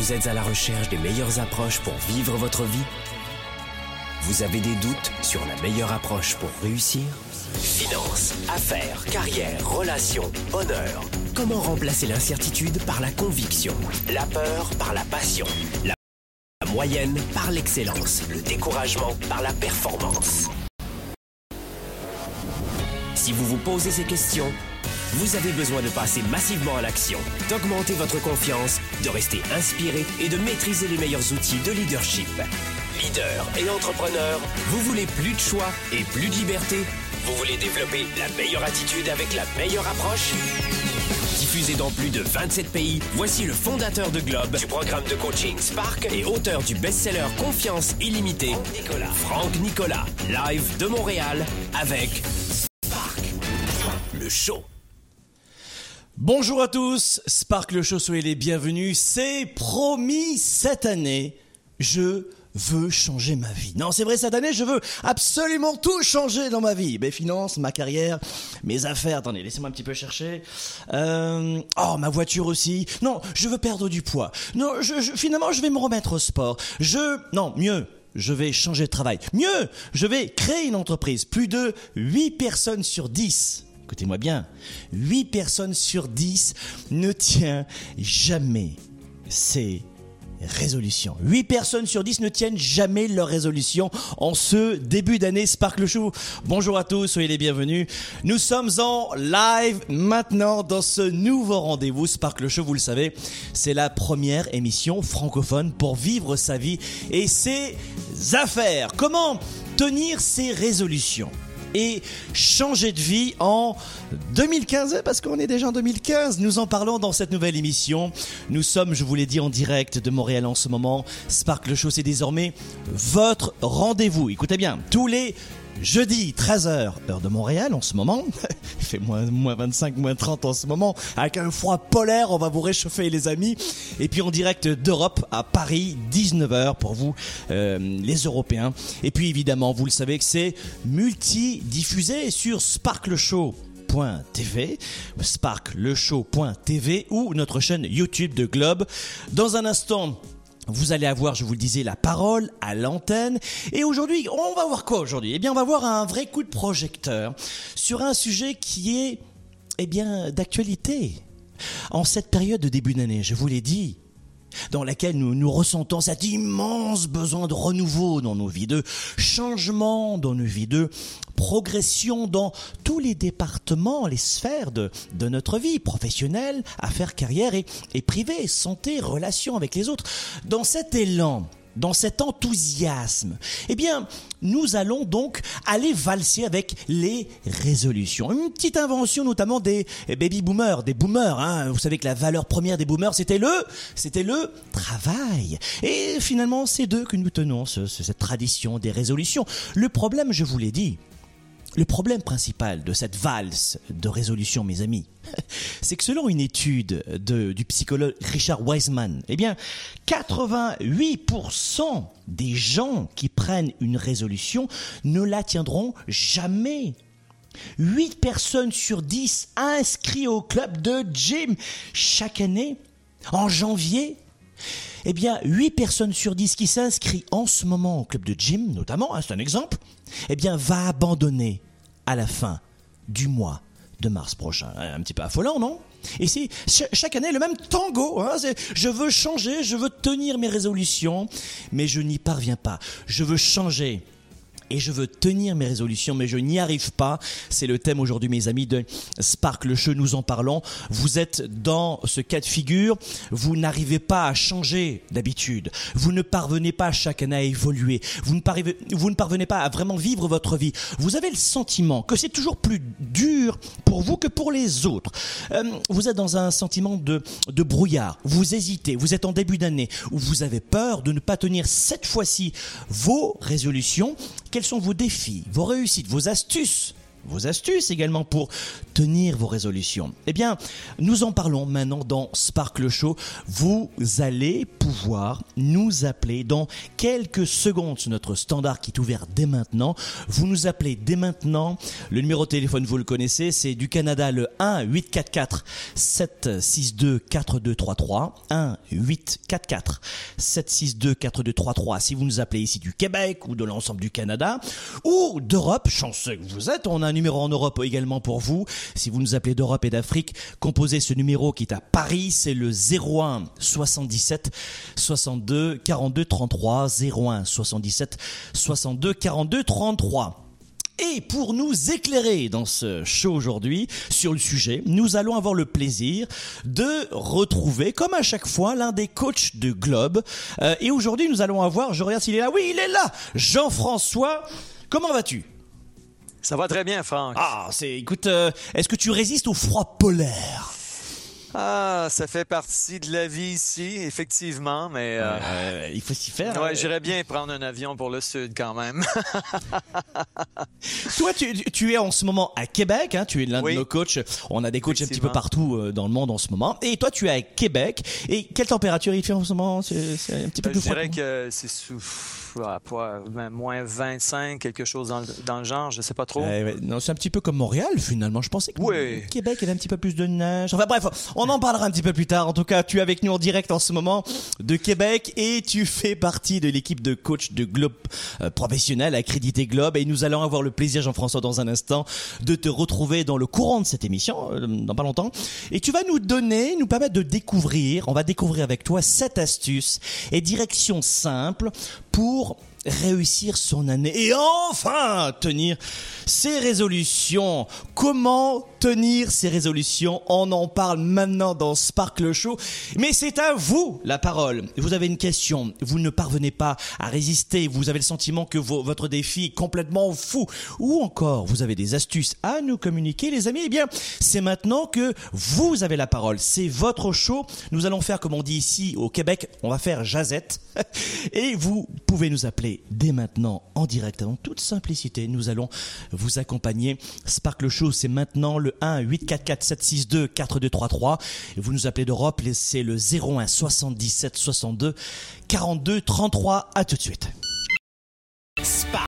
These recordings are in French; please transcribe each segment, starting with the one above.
Vous êtes à la recherche des meilleures approches pour vivre votre vie? Vous avez des doutes sur la meilleure approche pour réussir? Finances, affaires, carrière, relations, honneur. Comment remplacer l'incertitude par la conviction? La peur par la passion? La moyenne par l'excellence? Le découragement par la performance? Si vous vous posez ces questions, vous avez besoin de passer massivement à l'action, d'augmenter votre confiance, de rester inspiré et de maîtriser les meilleurs outils de leadership. Leader et entrepreneur, vous voulez plus de choix et plus de liberté? Vous voulez développer la meilleure attitude avec la meilleure approche? Diffusé dans plus de 27 pays, voici le fondateur de Globe, du programme de coaching Spark et auteur du best-seller Confiance illimitée, Franck Nicolas, live de Montréal avec Spark, le show. Bonjour à tous, Spark le show, soyez les bienvenus. C'est promis, cette année, je veux changer ma vie. Non, c'est vrai, cette année, je veux absolument tout changer dans ma vie. Mes finances, ma carrière, mes affaires. Attendez, laissez-moi un petit peu chercher. Ma voiture aussi. Non, je veux perdre du poids. Non, finalement, je vais me remettre au sport. Je vais changer de travail. Mieux, je vais créer une entreprise. Plus de 8 personnes sur 10. Écoutez-moi bien, 8 personnes sur 10 ne tiennent jamais ses résolutions. 8 personnes sur 10 ne tiennent jamais leurs résolutions en ce début d'année. Spark le show, bonjour à tous, soyez les bienvenus. Nous sommes en live maintenant dans ce nouveau rendez-vous. Spark le show, vous le savez, c'est la première émission francophone pour vivre sa vie et ses affaires. Comment tenir ses résolutions et changer de vie en 2015, parce qu'on est déjà en 2015. Nous en parlons dans cette nouvelle émission. Nous sommes, je vous l'ai dit, en direct de Montréal en ce moment. Spark le show, c'est désormais votre rendez-vous. Écoutez bien, tous les jeudi, 13h, heure de Montréal en ce moment. Il fait moins 25, moins 30 en ce moment. Avec un froid polaire, on va vous réchauffer les amis. Et puis en direct d'Europe à Paris, 19h pour vous, les Européens. Et puis évidemment, vous le savez que c'est multi-diffusé sur sparkleshow.tv, sparkleshow.tv ou notre chaîne YouTube de Globe. Dans un instant, vous allez avoir, je vous le disais, la parole à l'antenne. Et aujourd'hui, on va voir quoi aujourd'hui? Eh bien, on va voir un vrai coup de projecteur sur un sujet qui est, d'actualité. En cette période de début d'année, je vous l'ai dit, dans laquelle nous ressentons cet immense besoin de renouveau dans nos vies, de changement dans nos vies, de progression dans tous les départements, les sphères de notre vie, professionnelle, affaires, carrière et privée, santé, relations avec les autres. Dans cet élan, dans cet enthousiasme, nous allons donc aller valser avec les résolutions. Une petite invention notamment des baby boomers, des boomers, hein. Vous savez que la valeur première des boomers, c'était le travail. Et finalement, c'est d'eux que nous tenons cette tradition des résolutions. Le problème, je vous l'ai dit, le problème principal de cette valse de résolution, mes amis, c'est que selon une étude du psychologue Richard Wiseman, 88% des gens qui prennent une résolution ne la tiendront jamais. 8 personnes sur 10 inscrits au club de gym chaque année, en janvier. 8 personnes sur 10 qui s'inscrit en ce moment au club de gym, notamment, c'est un exemple, va abandonner à la fin du mois de mars prochain. Un petit peu affolant, non? Et c'est chaque année le même tango, hein? C'est je veux changer, je veux tenir mes résolutions, mais je n'y parviens pas. Je veux changer et je veux tenir mes résolutions, mais je n'y arrive pas. C'est le thème aujourd'hui, mes amis, de Spark le show. Nous en parlons. Vous êtes dans ce cas de figure. Vous n'arrivez pas à changer d'habitude. Vous ne parvenez pas chaque année à évoluer. Vous ne parvenez pas à vraiment vivre votre vie. Vous avez le sentiment que c'est toujours plus dur pour vous que pour les autres. Vous êtes dans un sentiment de brouillard. Vous hésitez. Vous êtes en début d'année où vous avez peur de ne pas tenir cette fois-ci vos résolutions. Quels sont vos défis, vos réussites, vos astuces vos astuces également pour tenir vos résolutions. Eh bien, nous en parlons maintenant dans Sparkle Show. Vous allez pouvoir nous appeler dans quelques secondes sur notre standard qui est ouvert dès maintenant. Vous nous appelez dès maintenant. Le numéro de téléphone, vous le connaissez, c'est du Canada, le 1-844-762-4233. 1-844-762-4233. Si vous nous appelez ici du Québec ou de l'ensemble du Canada ou d'Europe, chanceux que vous êtes, on a un numéro en Europe également pour vous. Si vous nous appelez d'Europe et d'Afrique, composez ce numéro qui est à Paris, c'est le 01 77 62 42 33. 01 77 62 42 33. Et pour nous éclairer dans ce show aujourd'hui sur le sujet, nous allons avoir le plaisir de retrouver, comme à chaque fois, l'un des coachs de Globe. Et aujourd'hui, nous allons avoir, je regarde s'il est là, oui, il est là, Jean-François. Comment vas-tu ? Ça va très bien, Franck. Écoute, est-ce que tu résistes au froid polaire ? Ah, ça fait partie de la vie ici, effectivement, mais... il faut s'y faire. Ouais, j'irais bien prendre un avion pour le sud quand même. Toi, tu es en ce moment à Québec, hein, tu es l'un de nos coachs. On a des coachs un petit peu partout dans le monde en ce moment. Et toi, tu es à Québec. Et quelle température il fait en ce moment ? C'est un petit peu plus froid. Je dirais que c'est sous... moins 25, quelque chose dans le genre, je sais pas trop. Non, c'est un petit peu comme Montréal finalement. Je pensais que Québec avait un petit peu plus de neige. Enfin bref, on en parlera un petit peu plus tard. En tout cas, tu es avec nous en direct en ce moment de Québec et tu fais partie de l'équipe de coach de Globe professionnel, accrédité Globe. Et nous allons avoir le plaisir, Jean-François, dans un instant, de te retrouver dans le courant de cette émission, dans pas longtemps. Et tu vas nous permettre de découvrir, on va découvrir avec toi 7 astuces et directions simples pour réussir son année et enfin tenir ses résolutions. Comment tenir ses résolutions ? On en parle maintenant dans Sparkle Show. Mais c'est à vous la parole. Vous avez une question, vous ne parvenez pas à résister, vous avez le sentiment que votre défi est complètement fou, ou encore vous avez des astuces à nous communiquer, les amis. Eh bien, c'est maintenant que vous avez la parole. C'est votre show. Nous allons faire, comme on dit ici au Québec, on va faire jazette. Et vous pouvez nous appeler dès maintenant en direct, en toute simplicité. Nous allons vous accompagner. Sparkle Show, c'est maintenant le 1-844-762-4233. Et vous nous appelez d'Europe, c'est le 01 77 62 42 33. À tout de suite. Spark,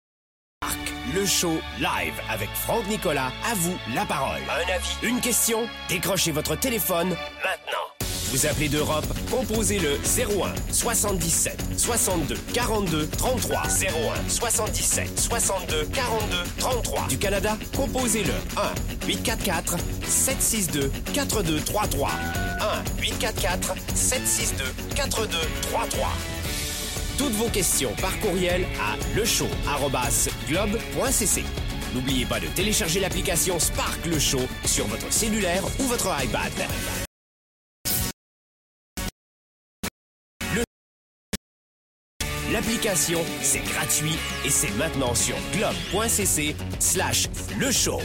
le show live avec Franck Nicolas. À vous la parole. Un avis, une question, décrochez votre téléphone maintenant. Vous appelez d'Europe, composez le 01 77 62 42 33. 01 77 62 42 33. Du Canada, composez le 1 844 762 4233. 1 844 762 4233. Toutes vos questions par courriel à leShow@globe.cc. N'oubliez pas de télécharger l'application Sparkle Show sur votre cellulaire ou votre iPad. L'application, c'est gratuit et c'est maintenant sur globe.cc/leshow.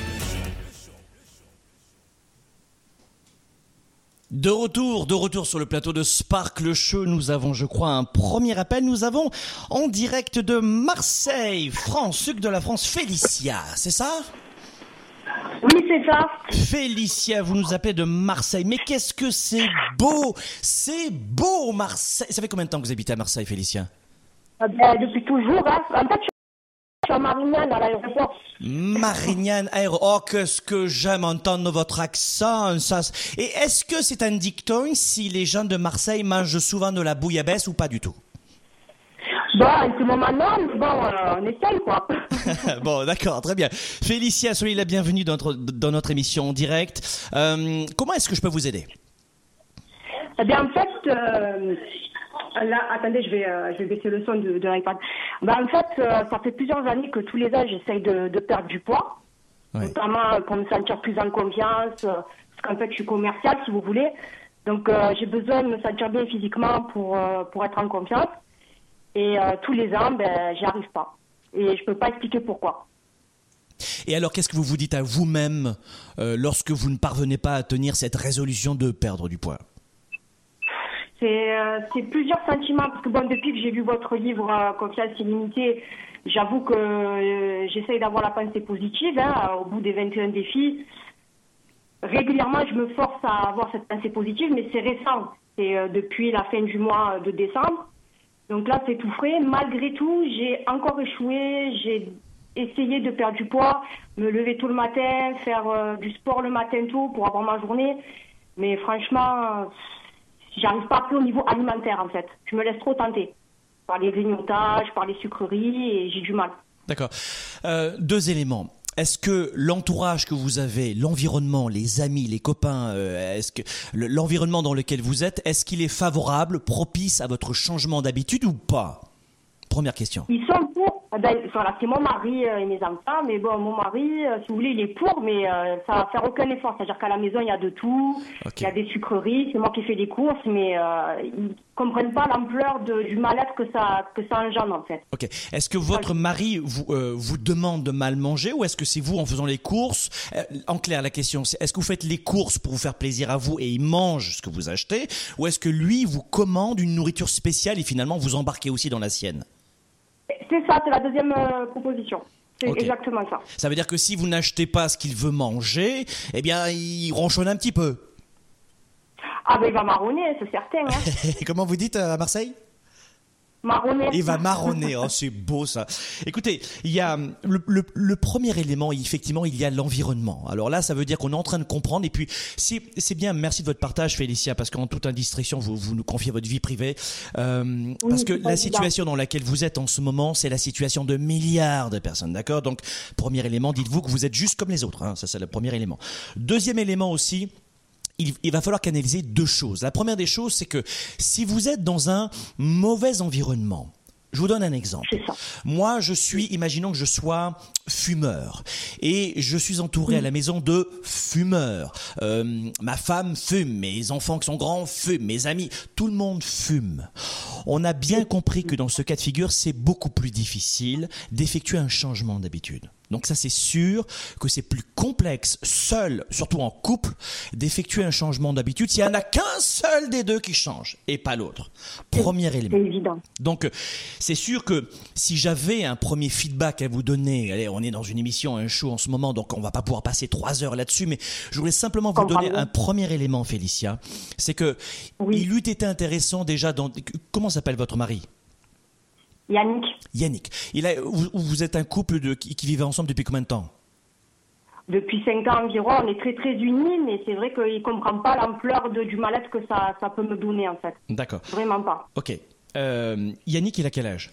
De retour sur le plateau de Sparkle Show, nous avons, je crois, un premier appel. Nous avons en direct de Marseille, France, sud de la France, Félicia, c'est ça ? Oui, c'est ça. Félicia, vous nous appelez de Marseille. Mais qu'est-ce que c'est beau ! C'est beau, Marseille. Ça fait combien de temps que vous habitez à Marseille, Félicia ? Depuis toujours. Hein. En fait, je suis à Marignane, à l'aéroport. Marignane, oh, qu'est-ce que j'aime entendre votre accent. Ça. Et est-ce que c'est un dicton si les gens de Marseille mangent souvent de la bouillabaisse ou pas du tout ? Bon, en ce moment, non, mais bon, on essaye, quoi. Bon, d'accord, très bien. Félicia, soyez la bienvenue dans notre émission en direct. Comment est-ce que je peux vous aider ? Eh bien, en fait... Là, attendez, je vais baisser le son de l'iPad. En fait, ça fait plusieurs années que tous les ans, j'essaye de perdre du poids, notamment pour me sentir plus en confiance, parce qu'en fait, je suis commerciale, si vous voulez. Donc, j'ai besoin de me sentir bien physiquement pour être en confiance. Et tous les ans, j'y arrive pas. Et je peux pas expliquer pourquoi. Et alors, qu'est-ce que vous vous dites à vous-même lorsque vous ne parvenez pas à tenir cette résolution de perdre du poids ? C'est plusieurs sentiments, parce que bon, depuis que j'ai lu votre livre Confiance illimitée, j'avoue que j'essaye d'avoir la pensée positive. Au bout des 21 défis, régulièrement, je me force à avoir cette pensée positive, mais c'est récent. C'est depuis la fin du mois de décembre. Donc là, c'est tout frais. Malgré tout, j'ai encore échoué. J'ai essayé de perdre du poids, me lever tôt le matin, faire du sport le matin tôt pour avoir ma journée. Mais franchement, j'arrive pas plus au niveau alimentaire, en fait. Je me laisse trop tenter par les grignotages, par les sucreries, et j'ai du mal. D'accord. 2 éléments. Est-ce que l'entourage que vous avez, l'environnement, les amis, les copains, est-ce que l'environnement dans lequel vous êtes, est-ce qu'il est favorable, propice à votre changement d'habitude ou pas? Première question. Ils sont pour. Voilà, c'est mon mari et mes enfants, mais bon, mon mari, si vous voulez, il est pour, mais ça va faire aucun effort. C'est-à-dire qu'à la maison, il y a de tout, il y a des sucreries, c'est moi qui fais les courses, mais ils comprennent pas l'ampleur du mal-être que ça engendre, en fait. Ok. Est-ce que votre mari vous demande de mal manger, ou est-ce que c'est vous en faisant les courses? En clair, la question, c'est est-ce que vous faites les courses pour vous faire plaisir à vous et il mange ce que vous achetez, ou est-ce que lui vous commande une nourriture spéciale et finalement vous embarquez aussi dans la sienne? C'est ça, c'est la deuxième proposition. C'est exactement ça. Ça veut dire que si vous n'achetez pas ce qu'il veut manger, eh bien, il ronchonne un petit peu. Ah ben il va marronner, c'est certain. Comment vous dites à Marseille? Marronner. Il va marronner, oh c'est beau ça. Écoutez, il y a le premier élément, effectivement, il y a l'environnement. Alors là, ça veut dire qu'on est en train de comprendre, et puis c'est bien, merci de votre partage Félicia, parce qu'en toute indiscrétion, vous nous confiez votre vie privée, parce que la situation dans laquelle vous êtes en ce moment, c'est la situation de milliards de personnes, d'accord? Donc, premier élément, dites-vous que vous êtes juste comme les autres, ça c'est le premier élément. Deuxième élément aussi, il va falloir canaliser 2 choses. La première des choses, c'est que si vous êtes dans un mauvais environnement, je vous donne un exemple. Moi, imaginons que je sois fumeur et je suis entouré à la maison de fumeurs. Ma femme fume, mes enfants qui sont grands fument, mes amis, tout le monde fume. On a bien compris que dans ce cas de figure, c'est beaucoup plus difficile d'effectuer un changement d'habitude. Donc ça, c'est sûr que c'est plus complexe, seul, surtout en couple, d'effectuer un changement d'habitude s'il n'y en a qu'un seul des deux qui change et pas l'autre. Premier élément. C'est évident. Donc, c'est sûr que si j'avais un premier feedback à vous donner, allez, on est dans une émission, un show en ce moment, donc on va pas pouvoir passer 3 heures là-dessus, mais je voulais simplement vous donner un premier élément, Félicia. C'est que il eût été intéressant déjà comment s'appelle votre mari? Yannick. Vous êtes un couple qui vivait ensemble depuis combien de temps? Depuis 5 ans environ. On est très très unis, mais c'est vrai qu'il ne comprend pas l'ampleur du mal-être que ça peut me donner en fait. D'accord. Vraiment pas. Ok. Yannick, il a quel âge?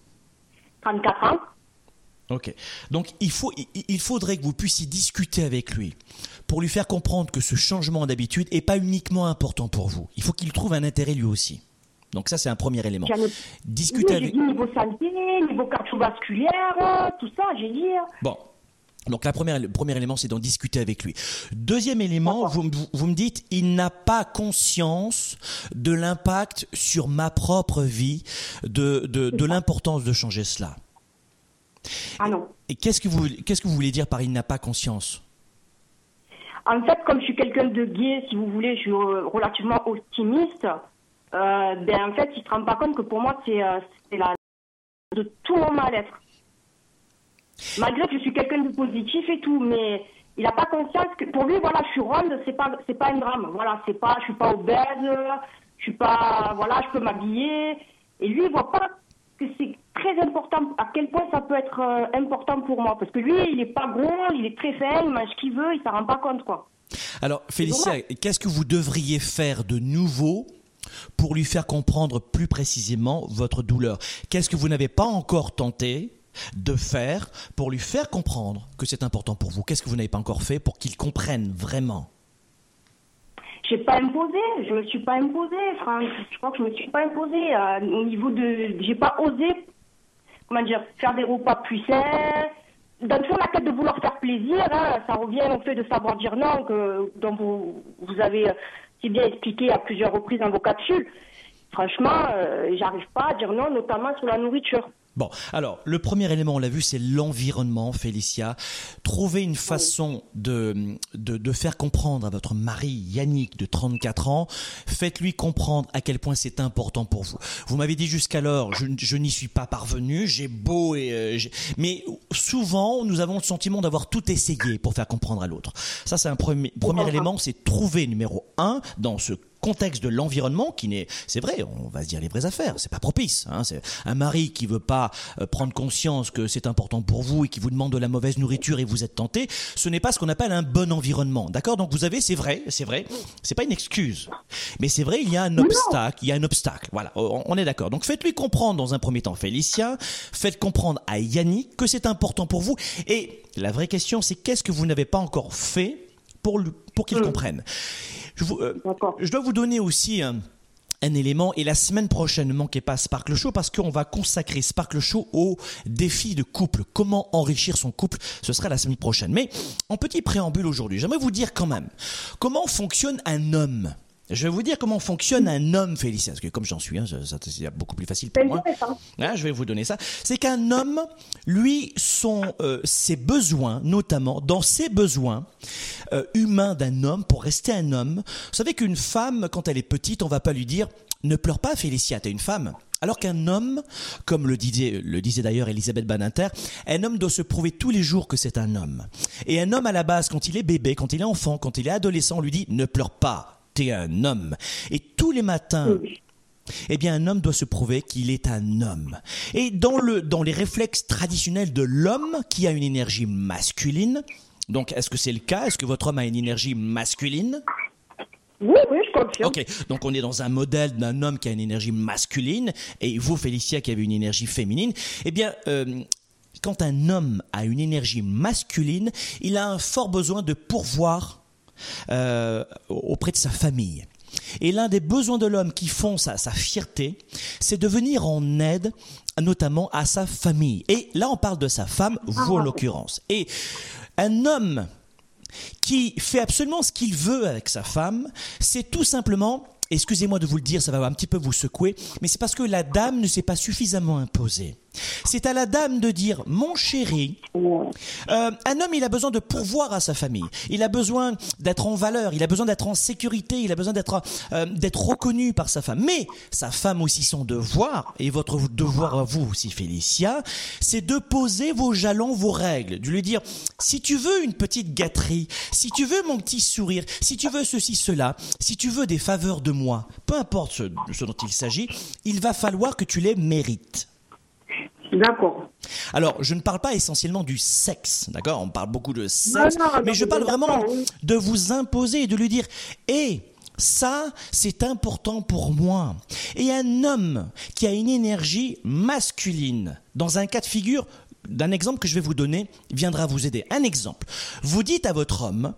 34 ans. Ok. Donc il faudrait que vous puissiez discuter avec lui pour lui faire comprendre que ce changement d'habitude n'est pas uniquement important pour vous. Il faut qu'il trouve un intérêt lui aussi. Donc ça, c'est un premier élément. Discuter avec... Niveau santé, niveau cardiovasculaire, tout ça, j'ai dit. Bon. Donc le premier élément, c'est d'en discuter avec lui. Deuxième élément, vous me dites, il n'a pas conscience de l'impact sur ma propre vie, de l'importance de changer cela. Ah non. Et qu'est-ce que vous voulez dire par il n'a pas conscience? En fait, comme je suis quelqu'un de gai, si vous voulez, je suis relativement optimiste. En fait, il ne se rend pas compte que pour moi, c'est la de tout mon mal-être. Malgré que je suis quelqu'un de positif et tout, mais il n'a pas conscience que pour lui, voilà, je suis ronde, c'est pas un drame. Voilà, je suis pas obèse, je suis pas, voilà, je peux m'habiller. Et lui, il voit pas que c'est très important, à quel point ça peut être important pour moi. Parce que lui, il est pas gros, il est très fin, il mange ce qu'il veut, il s'en rend pas compte, quoi. Alors, Félicia, qu'est-ce que vous devriez faire de nouveau pour lui faire comprendre plus précisément votre douleur? Qu'est-ce que vous n'avez pas encore tenté de faire pour lui faire comprendre que c'est important pour vous? Qu'est-ce que vous n'avez pas encore fait pour qu'il comprenne vraiment? Je me suis pas imposée, Franck. Je crois que je me suis pas imposée au niveau j'ai pas osé, faire des repas plus sains. Dans toujours la quête de vouloir faire plaisir, ça revient au fait de savoir dire non, dont vous avez si bien expliqué à plusieurs reprises dans vos capsules. Franchement, j'arrive pas à dire non, notamment sur la nourriture. Bon, alors, le premier élément, on l'a vu, c'est l'environnement, Félicia. Trouvez une façon de faire comprendre à votre mari, Yannick, de 34 ans. Faites-lui comprendre à quel point c'est important pour vous. Vous m'avez dit jusqu'alors, je n'y suis pas parvenu, mais souvent, nous avons le sentiment d'avoir tout essayé pour faire comprendre à l'autre. Ça, c'est un premier élément, c'est trouver, numéro 1, dans ce contexte de l'environnement c'est vrai, on va se dire les vraies affaires, c'est pas propice, hein, c'est un mari qui veut pas prendre conscience que c'est important pour vous et qui vous demande de la mauvaise nourriture et vous êtes tenté, ce n'est pas ce qu'on appelle un bon environnement, d'accord? Donc vous avez, c'est vrai, c'est pas une excuse, mais c'est vrai, il y a un obstacle, voilà, on est d'accord. Donc faites-lui comprendre dans un premier temps, Félicia, faites comprendre à Yannick que c'est important pour vous, et la vraie question, c'est qu'est-ce que vous n'avez pas encore fait pour qu'il comprenne. Je dois vous donner aussi un élément, et la semaine prochaine, ne manquez pas Sparkle Show, parce qu'on va consacrer Sparkle Show au défi de couple. Comment enrichir son couple, ce sera la semaine prochaine. Mais en petit préambule aujourd'hui, j'aimerais vous dire quand même, comment fonctionne un homme. Je vais vous dire comment fonctionne un homme, Félicia, parce que comme j'en suis, c'est beaucoup plus facile pour moi. Je vais vous donner ça. C'est qu'un homme, lui, ses besoins, notamment dans ses besoins humains d'un homme, pour rester un homme. Vous savez qu'une femme, quand elle est petite, on va pas lui dire « Ne pleure pas, Félicia, t'es une femme ». Alors qu'un homme, comme le disait d'ailleurs Elisabeth Badinter, un homme doit se prouver tous les jours que c'est un homme. Et un homme, à la base, quand il est bébé, quand il est enfant, quand il est adolescent, on lui dit « Ne pleure pas ». T'es un homme. Et tous les matins, eh bien, un homme doit se prouver qu'il est un homme. Et dans les réflexes traditionnels de l'homme qui a une énergie masculine, donc est-ce que c'est le cas? Est-ce que votre homme a une énergie masculine? Oui, je confirme. Ok, donc on est dans un modèle d'un homme qui a une énergie masculine, et vous, Félicia, qui avez une énergie féminine. Eh bien, quand un homme a une énergie masculine, il a un fort besoin de pourvoir auprès de sa famille. Et l'un des besoins de l'homme qui font sa fierté, c'est de venir en aide notamment à sa famille. Et là, on parle de sa femme, vous en l'occurrence. Et un homme qui fait absolument ce qu'il veut avec sa femme, c'est tout simplement, excusez-moi de vous le dire, ça va un petit peu vous secouer, mais c'est parce que la dame ne s'est pas suffisamment imposée. C'est à la dame de dire « Mon chéri », un homme, il a besoin de pourvoir à sa famille. Il a besoin d'être en valeur, il a besoin d'être en sécurité, il a besoin d'être reconnu par sa femme. Mais sa femme aussi, son devoir, et votre devoir à vous aussi, Félicia, c'est de poser vos jalons, vos règles, de lui dire « Si tu veux une petite gâterie, si tu veux mon petit sourire, si tu veux ceci, cela, si tu veux des faveurs de moi, peu importe ce dont il s'agit, il va falloir que tu les mérites. » D'accord. Alors, je ne parle pas essentiellement du sexe, d'accord? On parle beaucoup de sexe, mais je parle vraiment de vous imposer et de lui dire « ça, c'est important pour moi. » Et un homme qui a une énergie masculine, dans un cas de figure, d'un exemple que je vais vous donner, viendra vous aider. Un exemple. Vous dites à votre homme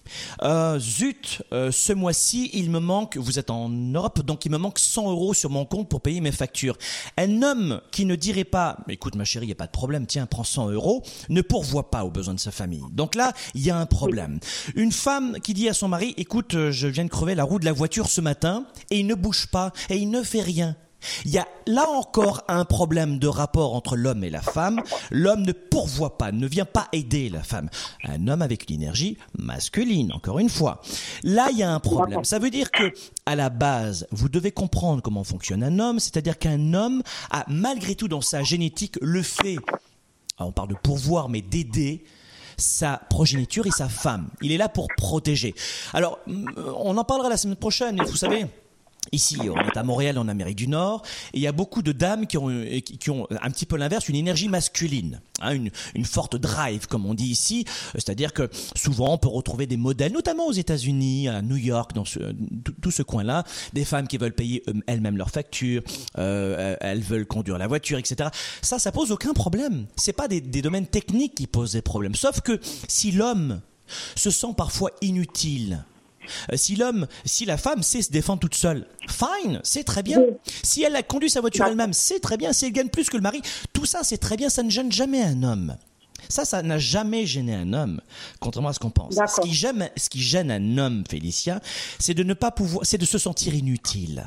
ce mois-ci, il me manque, vous êtes en Europe, donc il me manque 100 € sur mon compte pour payer mes factures. Un homme qui ne dirait pas, écoute ma chérie, il n'y a pas de problème, tiens, prends 100 €, ne pourvoit pas aux besoins de sa famille. Donc là, il y a un problème. Une femme qui dit à son mari, écoute, je viens de crever la roue de la voiture ce matin, et il ne bouge pas, et il ne fait rien. Il y a là encore un problème de rapport entre l'homme et la femme. L'homme ne pourvoit pas, ne vient pas aider la femme. Un homme avec une énergie masculine, encore une fois. Là, il y a un problème. Ça veut dire que, à la base, vous devez comprendre comment fonctionne un homme. C'est-à-dire qu'un homme a, malgré tout, dans sa génétique, le fait, on parle de pourvoir, mais d'aider sa progéniture et sa femme. Il est là pour protéger. Alors, on en parlera la semaine prochaine. Vous savez, ici, on est à Montréal, en Amérique du Nord, et il y a beaucoup de dames qui ont un petit peu l'inverse, une énergie masculine, hein, une forte drive, comme on dit ici. C'est-à-dire que souvent, on peut retrouver des modèles, notamment aux États-Unis, à New York, dans tout ce coin-là, des femmes qui veulent payer elles-mêmes leurs factures, elles veulent conduire la voiture, etc. Ça pose aucun problème. C'est pas des domaines techniques qui posent des problèmes. Sauf que si l'homme se sent parfois inutile, si la femme sait se défendre toute seule, fine, c'est très bien. Si elle a conduit sa voiture elle-même, c'est très bien. Si elle gagne plus que le mari, tout ça, c'est très bien. Ça ne gêne jamais un homme. Ça n'a jamais gêné un homme, contrairement à ce qu'on pense. Ce qui gêne un homme, Félicia, c'est de ne pas pouvoir, c'est de se sentir inutile.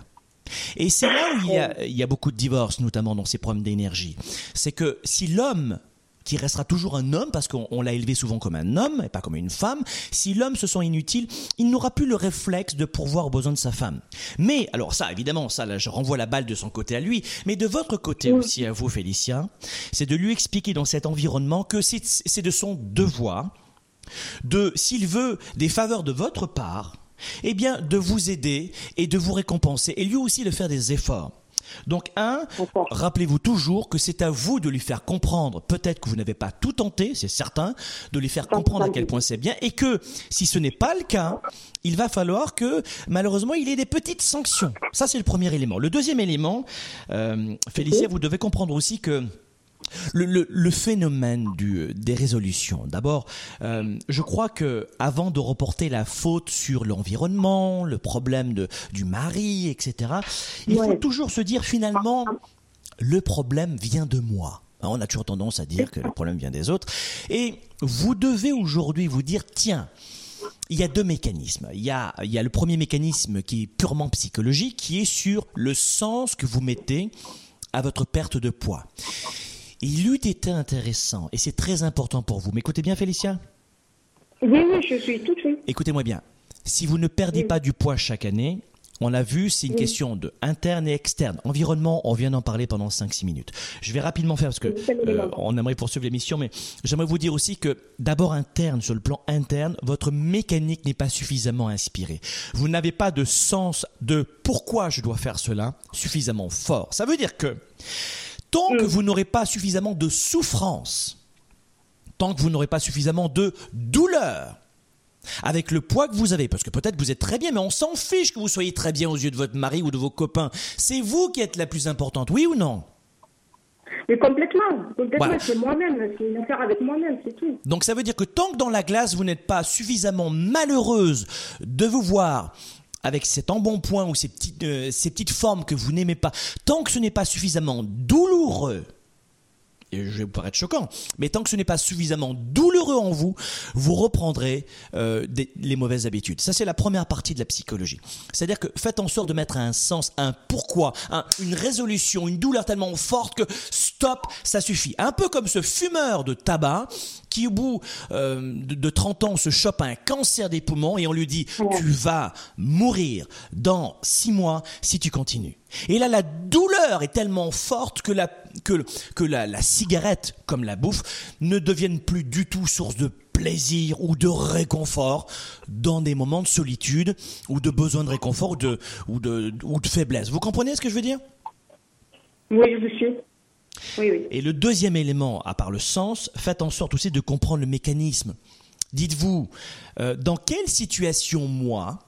Et c'est là où il y a beaucoup de divorces, notamment dans ces problèmes d'énergie. C'est que si l'homme, qui restera toujours un homme, parce qu'on l'a élevé souvent comme un homme et pas comme une femme, si l'homme se sent inutile, il n'aura plus le réflexe de pourvoir aux besoins de sa femme. Mais, alors ça, évidemment, ça, là, je renvoie la balle de son côté à lui, mais de votre côté aussi à vous, Félicia, c'est de lui expliquer dans cet environnement que c'est de son devoir, s'il veut des faveurs de votre part, eh bien, de vous aider et de vous récompenser, et lui aussi de faire des efforts. Donc, rappelez-vous toujours que c'est à vous de lui faire comprendre, peut-être que vous n'avez pas tout tenté, c'est certain, de lui faire comprendre à quel point c'est bien, et que si ce n'est pas le cas, il va falloir que, malheureusement, il y ait des petites sanctions. Ça, c'est le premier élément. Le deuxième élément, Félicia, vous devez comprendre aussi que le phénomène des résolutions. D'abord, je crois que avant de reporter la faute sur l'environnement, le problème du mari, etc., il faut toujours se dire finalement, le problème vient de moi. On a toujours tendance à dire que le problème vient des autres. Et vous devez aujourd'hui vous dire, tiens, il y a deux mécanismes. Il y a le premier mécanisme qui est purement psychologique, qui est sur le sens que vous mettez à votre perte de poids. Il eût été intéressant, et c'est très important pour vous. M'écoutez bien, Félicia ? Oui, je suis toute oui. Écoutez-moi bien. Si vous ne perdez pas du poids chaque année, on l'a vu, c'est une question de interne et externe. Environnement, on vient d'en parler pendant 5-6 minutes. Je vais rapidement faire parce que on aimerait poursuivre l'émission, mais j'aimerais vous dire aussi que d'abord interne, sur le plan interne, votre mécanique n'est pas suffisamment inspirée. Vous n'avez pas de sens de pourquoi je dois faire cela suffisamment fort. Ça veut dire que tant que vous n'aurez pas suffisamment de souffrance, tant que vous n'aurez pas suffisamment de douleur avec le poids que vous avez, parce que peut-être que vous êtes très bien, mais on s'en fiche que vous soyez très bien aux yeux de votre mari ou de vos copains. C'est vous qui êtes la plus importante, oui ou non ? Mais complètement, voilà. C'est moi-même, c'est une affaire avec moi-même, c'est tout. Donc ça veut dire que tant que dans la glace, vous n'êtes pas suffisamment malheureuse de vous voir avec cet embonpoint ou ces petites formes que vous n'aimez pas, tant que ce n'est pas suffisamment douloureux, et je vais vous paraître choquant, mais tant que ce n'est pas suffisamment douloureux en vous, vous reprendrez les mauvaises habitudes. Ça, c'est la première partie de la psychologie. C'est-à-dire que faites en sorte de mettre un sens, un pourquoi, une résolution, une douleur tellement forte que stop, ça suffit. Un peu comme ce fumeur de tabac qui, au bout de 30 ans, se chope un cancer des poumons et on lui dit « Tu vas mourir dans 6 mois si tu continues ». Et là, la douleur est tellement forte que la cigarette, comme la bouffe, ne devienne plus du tout source de plaisir ou de réconfort dans des moments de solitude ou de besoin de réconfort ou de faiblesse. Vous comprenez ce que je veux dire ? Oui, je suis. Oui. Et le deuxième élément, à part le sens, faites en sorte aussi de comprendre le mécanisme. Dites-vous, dans quelle situation moi,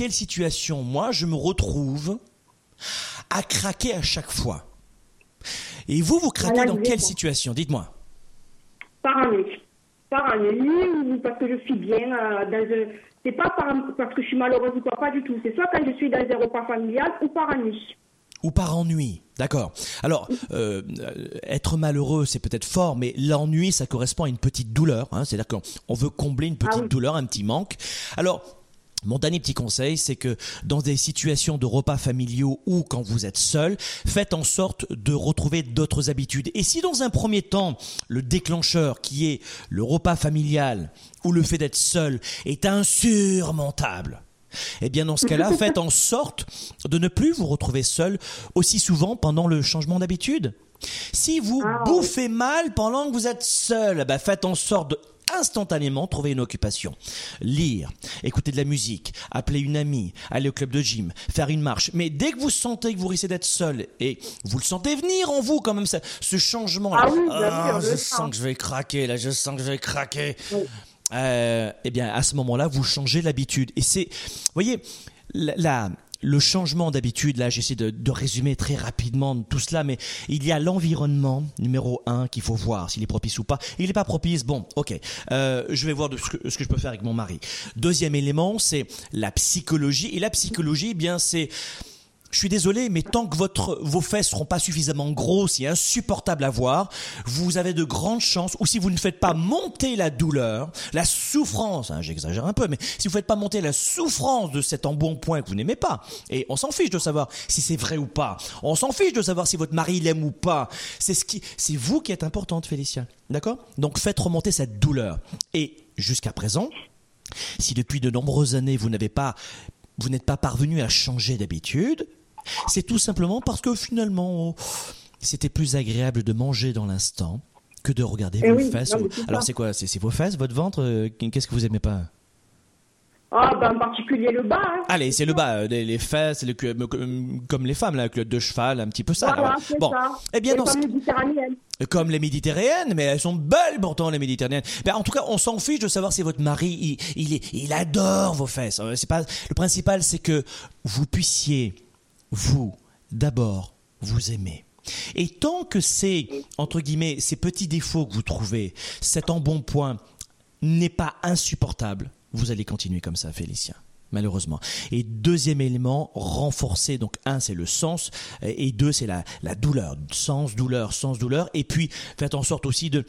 je me retrouve à craquer à chaque fois. Et vous craquez dans quelle situation ? Dites-moi. Par ennui ou parce que je suis bien c'est pas parce que je suis malheureuse ou pas du tout. C'est soit quand je suis dans un repas familial ou par ennui. Ou par ennui, d'accord. Alors, être malheureux, c'est peut-être fort, mais l'ennui, ça correspond à une petite douleur. C'est-à-dire qu'on veut combler une petite douleur, un petit manque. Alors, mon dernier petit conseil, c'est que dans des situations de repas familiaux ou quand vous êtes seul, faites en sorte de retrouver d'autres habitudes. Et si dans un premier temps, le déclencheur qui est le repas familial ou le fait d'être seul est insurmontable, eh bien dans ce cas-là, faites en sorte de ne plus vous retrouver seul aussi souvent pendant le changement d'habitude. Si vous bouffez mal pendant que vous êtes seul, faites en sorte de instantanément trouver une occupation. Lire, écouter de la musique, appeler une amie, aller au club de gym, faire une marche. Mais dès que vous sentez que vous risquez d'être seul et vous le sentez venir en vous quand même, ce changement-là, je sens que je vais craquer, Oui. Eh bien, à ce moment-là, vous changez l'habitude. Et c'est, vous voyez, le changement d'habitude, là, j'essaie de résumer très rapidement tout cela, mais il y a l'environnement, numéro 1, qu'il faut voir s'il est propice ou pas. Il n'est pas propice, bon, ok, je vais voir ce que je peux faire avec mon mari. Deuxième élément, c'est la psychologie. Et la psychologie, eh bien, c'est je suis désolé, mais tant que vos fesses seront pas suffisamment grosses et insupportables à voir, vous avez de grandes chances, ou si vous ne faites pas monter la douleur, la souffrance, hein, j'exagère un peu, mais si vous ne faites pas monter la souffrance de cet embonpoint que vous n'aimez pas, et on s'en fiche de savoir si c'est vrai ou pas, on s'en fiche de savoir si votre mari l'aime ou pas, c'est vous qui êtes importante, Félicia, d'accord? Donc faites remonter cette douleur. Et jusqu'à présent, si depuis de nombreuses années vous n'êtes pas parvenu à changer d'habitude, c'est tout simplement parce que finalement, c'était plus agréable de manger dans l'instant que de regarder vos fesses. Alors c'est quoi? C'est vos fesses, votre ventre? Qu'est-ce que vous aimez pas? En particulier le bas. Hein. Allez, c'est le bas, les fesses, comme les femmes, la culotte de cheval, un petit peu ça. Voilà, c'est ça. Eh bien, comme les méditerranéennes. Comme les méditerranéennes, mais elles sont belles pourtant, les méditerranéennes. En tout cas, on s'en fiche de savoir si votre mari, il adore vos fesses. C'est pas, le principal, c'est que vous puissiez, vous, d'abord, vous aimer. Et tant que entre guillemets, ces petits défauts que vous trouvez, cet embonpoint n'est pas insupportable, vous allez continuer comme ça, Félicia, malheureusement. Et deuxième élément, renforcer. Donc c'est le sens, et 2, c'est la douleur. Sens, douleur. Et puis, faites en sorte aussi de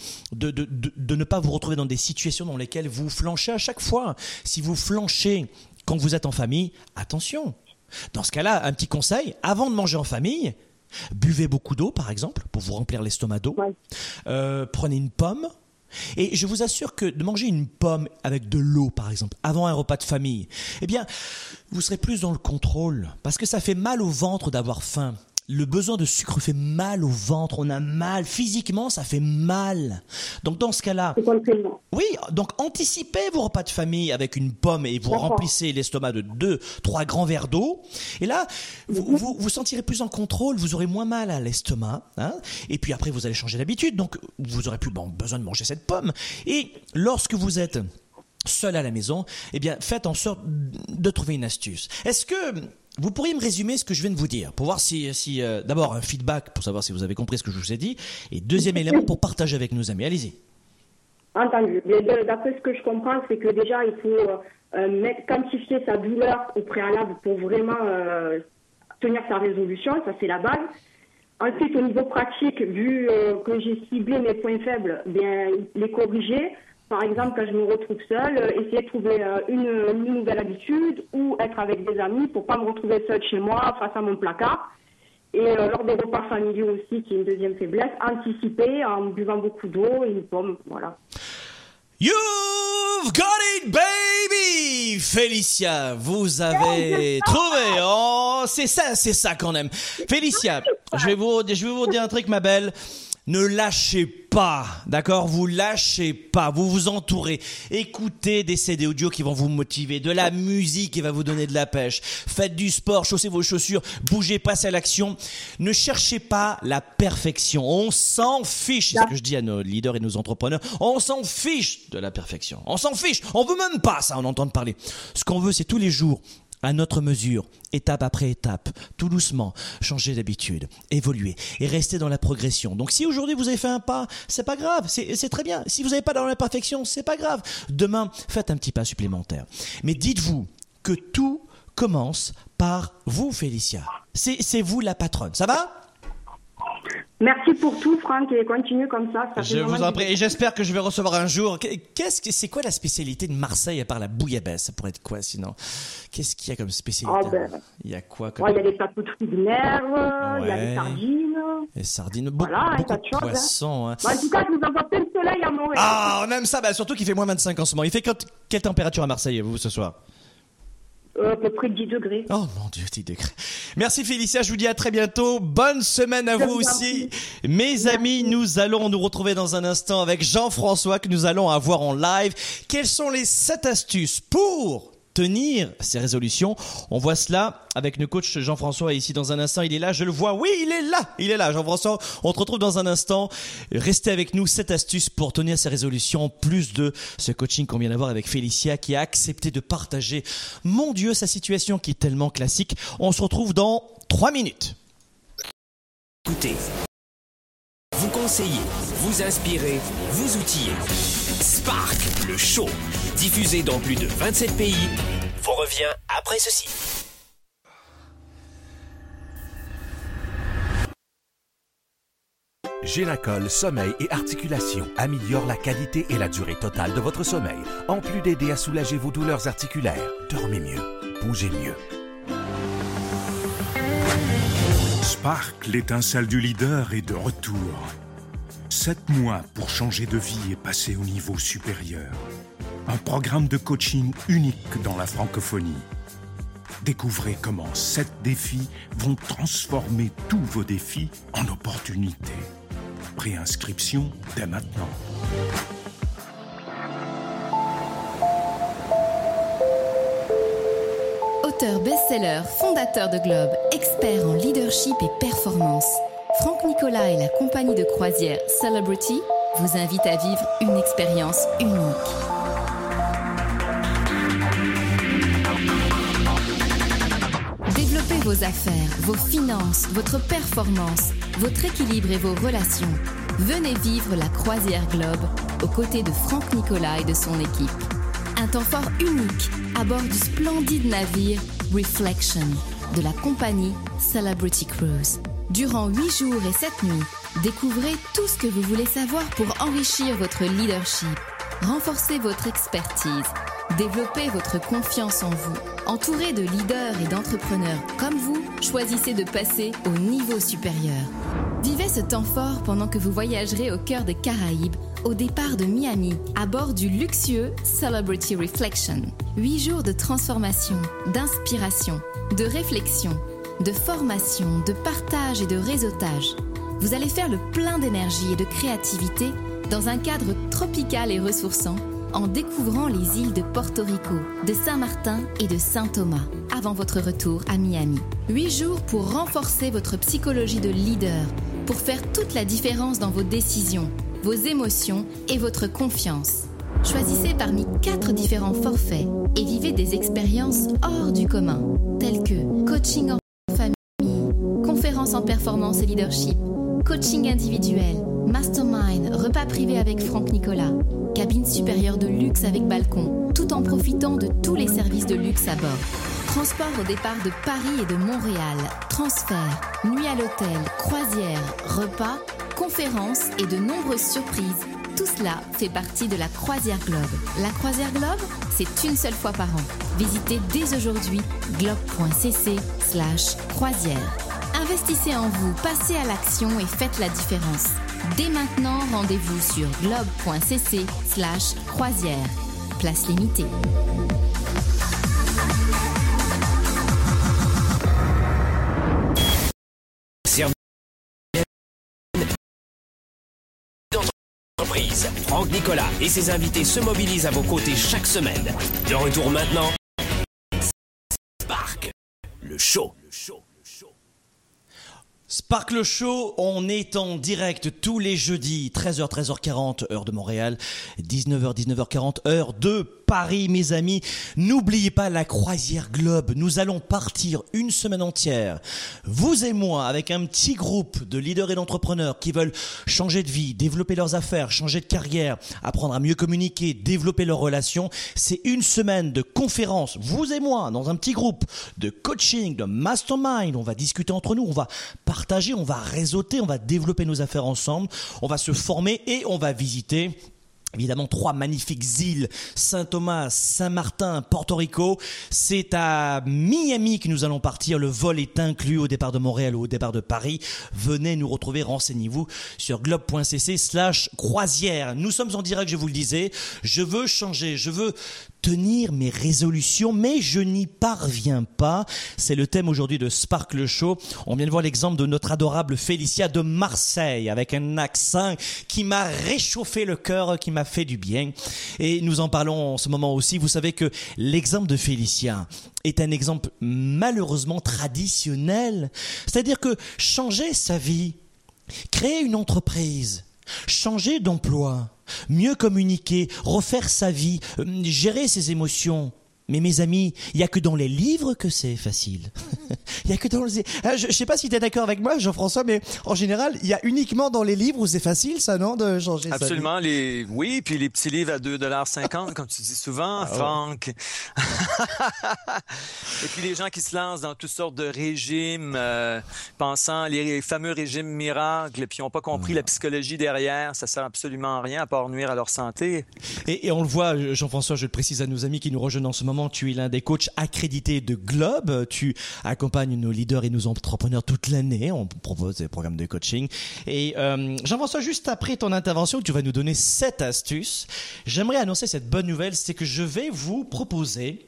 ne pas vous retrouver dans des situations dans lesquelles vous flanchez à chaque fois. Si vous flanchez quand vous êtes en famille, attention. Dans ce cas-là, un petit conseil, avant de manger en famille, buvez beaucoup d'eau, par exemple, pour vous remplir l'estomac d'eau. Ouais. Prenez une pomme. Et je vous assure que de manger une pomme avec de l'eau, par exemple, avant un repas de famille, eh bien, vous serez plus dans le contrôle. Parce que ça fait mal au ventre d'avoir faim. Le besoin de sucre fait mal au ventre. On a mal. Physiquement, ça fait mal. Donc, dans ce cas-là, oui, donc anticipez vos repas de famille avec une pomme et vous remplissez l'estomac de 2-3 grands verres d'eau. Et là, vous sentirez plus en contrôle. Vous aurez moins mal à l'estomac. Hein, et puis après, vous allez changer d'habitude. Donc, vous aurez plus besoin de manger cette pomme. Et lorsque vous êtes seul à la maison, eh bien, faites en sorte de trouver une astuce. Est-ce que vous pourriez me résumer ce que je viens de vous dire pour voir si d'abord un feedback pour savoir si vous avez compris ce que je vous ai dit et deuxième élément pour partager avec nos amis. Allez-y. Entendu. D'après ce que je comprends, c'est que déjà il faut quantifier sa douleur au préalable pour vraiment tenir sa résolution. Ça, c'est la base. Ensuite, au niveau pratique, vu que j'ai ciblé mes points faibles, bien les corriger. Par exemple, quand je me retrouve seule, essayer de trouver une nouvelle habitude ou être avec des amis pour pas me retrouver seule chez moi face à mon placard. Et lors des repas familiaux aussi, qui est une deuxième faiblesse, anticiper en buvant beaucoup d'eau et une pomme, voilà. You've got it, baby! Félicia, vous avez trouvé. Oh, c'est ça qu'on aime. Félicia, je vais vous dire un truc, ma belle. Ne lâchez pas, d'accord? Vous lâchez pas, vous vous entourez. Écoutez des CD audio qui vont vous motiver, de la musique qui va vous donner de la pêche. Faites du sport, chaussez vos chaussures, bougez, passez à l'action. Ne cherchez pas la perfection. On s'en fiche, c'est ce que je dis à nos leaders et nos entrepreneurs. On s'en fiche de la perfection. On s'en fiche. On veut même pas ça, on entend parler. Ce qu'on veut, c'est tous les jours, à notre mesure, étape après étape, tout doucement, changer d'habitude, évoluer et rester dans la progression. Donc si aujourd'hui vous avez fait un pas, c'est pas grave, c'est très bien. Si vous n'avez pas dans la perfection, c'est pas grave. Demain, faites un petit pas supplémentaire. Mais dites-vous que tout commence par vous, Félicia. C'est vous la patronne. Ça va ? Merci pour tout, Franck, et continue comme ça. Je vous en prie, et j'espère que je vais recevoir un jour. C'est quoi la spécialité de Marseille à part la bouillabaisse? Ça pourrait être quoi sinon? Qu'est-ce qu'il y a comme spécialité? Il y a quoi comme... Il y a des plateaux de fruits de mer, il y a des sardines. Les sardines, beaucoup de poissons. Hein. En tout cas, je vous envoie plein de soleil à Montréal. Ah, on aime ça, surtout qu'il fait moins 25 en ce moment. Il fait quelle température à Marseille, vous, ce soir? À peu près 10 degrés. Oh mon Dieu, 10 degrés. Merci Félicia, je vous dis à très bientôt. Bonne semaine à vous aussi. Mes amis, nous allons nous retrouver dans un instant avec Jean-François que nous allons avoir en live. Quelles sont les 7 astuces pour tenir ses résolutions? On voit cela avec le coach Jean-François ici dans un instant. Il est là, je le vois. Oui, il est là, Jean-François. On te retrouve dans un instant. Restez avec nous, 7 astuces pour tenir ses résolutions, en plus de ce coaching qu'on vient d'avoir avec Félicia qui a accepté de partager, mon Dieu, sa situation qui est tellement classique. On se retrouve dans 3 minutes. Écoutez, vous conseillez, vous inspirez, vous outillez. Spark, le show, diffusé dans plus de 27 pays, vous revient après ceci. Génacol Sommeil et Articulations améliore la qualité et la durée totale de votre sommeil, en plus d'aider à soulager vos douleurs articulaires. Dormez mieux, bougez mieux. Spark, l'étincelle du leader, est de retour. 7 mois pour changer de vie et passer au niveau supérieur. Un programme de coaching unique dans la francophonie. Découvrez comment 7 défis vont transformer tous vos défis en opportunités. Préinscription dès maintenant. Auteur best-seller, fondateur de Globe, expert en leadership et performance, Franck Nicolas et la compagnie de croisière Celebrity vous invitent à vivre une expérience unique. Développez vos affaires, vos finances, votre performance, votre équilibre et vos relations. Venez vivre la croisière Globe aux côtés de Franck Nicolas et de son équipe. Un temps fort unique à bord du splendide navire Reflection de la compagnie Celebrity Cruise. Durant 8 jours et 7 nuits, découvrez tout ce que vous voulez savoir pour enrichir votre leadership, renforcer votre expertise, développer votre confiance en vous. Entouré de leaders et d'entrepreneurs comme vous, choisissez de passer au niveau supérieur. Vivez ce temps fort pendant que vous voyagerez au cœur des Caraïbes, au départ de Miami, à bord du luxueux Celebrity Reflection. 8 jours de transformation, d'inspiration, de réflexion, de formation, de partage et de réseautage. Vous allez faire le plein d'énergie et de créativité dans un cadre tropical et ressourçant, en découvrant les îles de Porto Rico, de Saint-Martin et de Saint-Thomas, avant votre retour à Miami. 8 jours pour renforcer votre psychologie de leader, pour faire toute la différence dans vos décisions, vos émotions et votre confiance. Choisissez parmi 4 différents forfaits et vivez des expériences hors du commun, telles que coaching en famille, conférences en performance et leadership, coaching individuel, mastermind, repas privé avec Franck Nicolas, cabine supérieure de luxe avec balcon, tout en profitant de tous les services de luxe à bord. Transport au départ de Paris et de Montréal, transfert, nuit à l'hôtel, croisière, repas, conférences et de nombreuses surprises. Tout cela fait partie de la Croisière Globe. La Croisière Globe, c'est une seule fois par an. Visitez dès aujourd'hui globe.cc/croisière. Investissez en vous, passez à l'action et faites la différence. Dès maintenant, rendez-vous sur globe.cc/croisière. Place limitée. Franck Nicolas et ses invités se mobilisent à vos côtés chaque semaine. De retour maintenant, Spark, le show. Spark le Show, on est en direct tous les jeudis, 13h, 13h40, heure de Montréal, 19h, 19h40, heure de Paris, mes amis. N'oubliez pas la Croisière Globe, nous allons partir une semaine entière, vous et moi, avec un petit groupe de leaders et d'entrepreneurs qui veulent changer de vie, développer leurs affaires, changer de carrière, apprendre à mieux communiquer, développer leurs relations. C'est une semaine de conférences, vous et moi, dans un petit groupe, de coaching, de mastermind. On va discuter entre nous, on va partager, on va réseauter, on va développer nos affaires ensemble, on va se former et on va visiter évidemment 3 magnifiques îles, Saint-Thomas, Saint-Martin, Porto Rico. C'est à Miami que nous allons partir. Le vol est inclus au départ de Montréal ou au départ de Paris. Venez nous retrouver, renseignez-vous sur globe.cc/croisière. Nous sommes en direct, je vous le disais. Je veux changer, je veux tenir mes résolutions, mais je n'y parviens pas. C'est le thème aujourd'hui de Spark le Show. On vient de voir l'exemple de notre adorable Félicia de Marseille, avec un accent qui m'a réchauffé le cœur, qui m'a fait du bien. Et nous en parlons en ce moment aussi. Vous savez que l'exemple de Félicia est un exemple malheureusement traditionnel. C'est-à-dire que changer sa vie, créer une entreprise, changer d'emploi, mieux communiquer, refaire sa vie, gérer ses émotions, Mais mes amis, il y a que dans les livres que c'est facile. Il y a que dans les... Je sais pas si tu es d'accord avec moi, Jean-François, mais en général, il y a uniquement dans les livres où c'est facile, ça, non, de changer sa vie. Absolument. Oui, puis les petits livres à 2,50 $, comme tu dis souvent, Franck. Et puis les gens qui se lancent dans toutes sortes de régimes, pensant les fameux régimes miracles, puis ils n'ont pas compris la psychologie derrière, ça sert absolument à rien à part nuire à leur santé. Et on le voit, Jean-François, je le précise à nos amis qui nous rejoignent en ce moment, tu es l'un des coachs accrédités de Globe. Tu accompagnes nos leaders et nos entrepreneurs toute l'année. On propose des programmes de coaching. Et Jean-François, juste après ton intervention, tu vas nous donner 7 astuces. J'aimerais annoncer cette bonne nouvelle, c'est que je vais vous proposer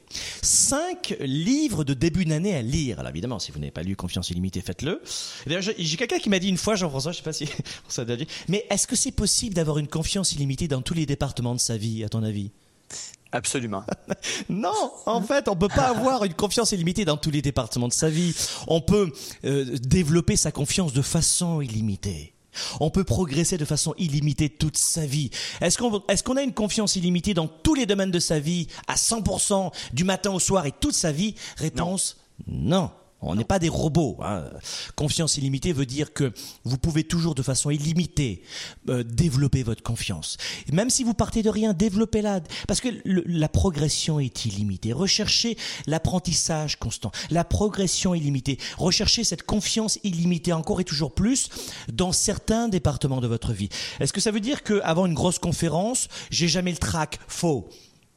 5 livres de début d'année à lire. Alors évidemment, si vous n'avez pas lu Confiance illimitée, faites-le. D'ailleurs, j'ai quelqu'un qui m'a dit une fois, Jean-François, je ne sais pas si on s'est dit, mais est-ce que c'est possible d'avoir une confiance illimitée dans tous les départements de sa vie, à ton avis ? Absolument. Non, en fait, on peut pas avoir une confiance illimitée dans tous les départements de sa vie. On peut développer sa confiance de façon illimitée. On peut progresser de façon illimitée toute sa vie. Est-ce qu'on a une confiance illimitée dans tous les domaines de sa vie, à 100%, du matin au soir et toute sa vie ? Réponse, non. On n'est pas des robots. Hein. Confiance illimitée veut dire que vous pouvez toujours de façon illimitée développer votre confiance. Et même si vous partez de rien, développez-la. Parce que la progression est illimitée. Recherchez l'apprentissage constant, la progression illimitée. Recherchez cette confiance illimitée encore et toujours plus dans certains départements de votre vie. Est-ce que ça veut dire qu'avant une grosse conférence, j'ai jamais le trac ? Faux.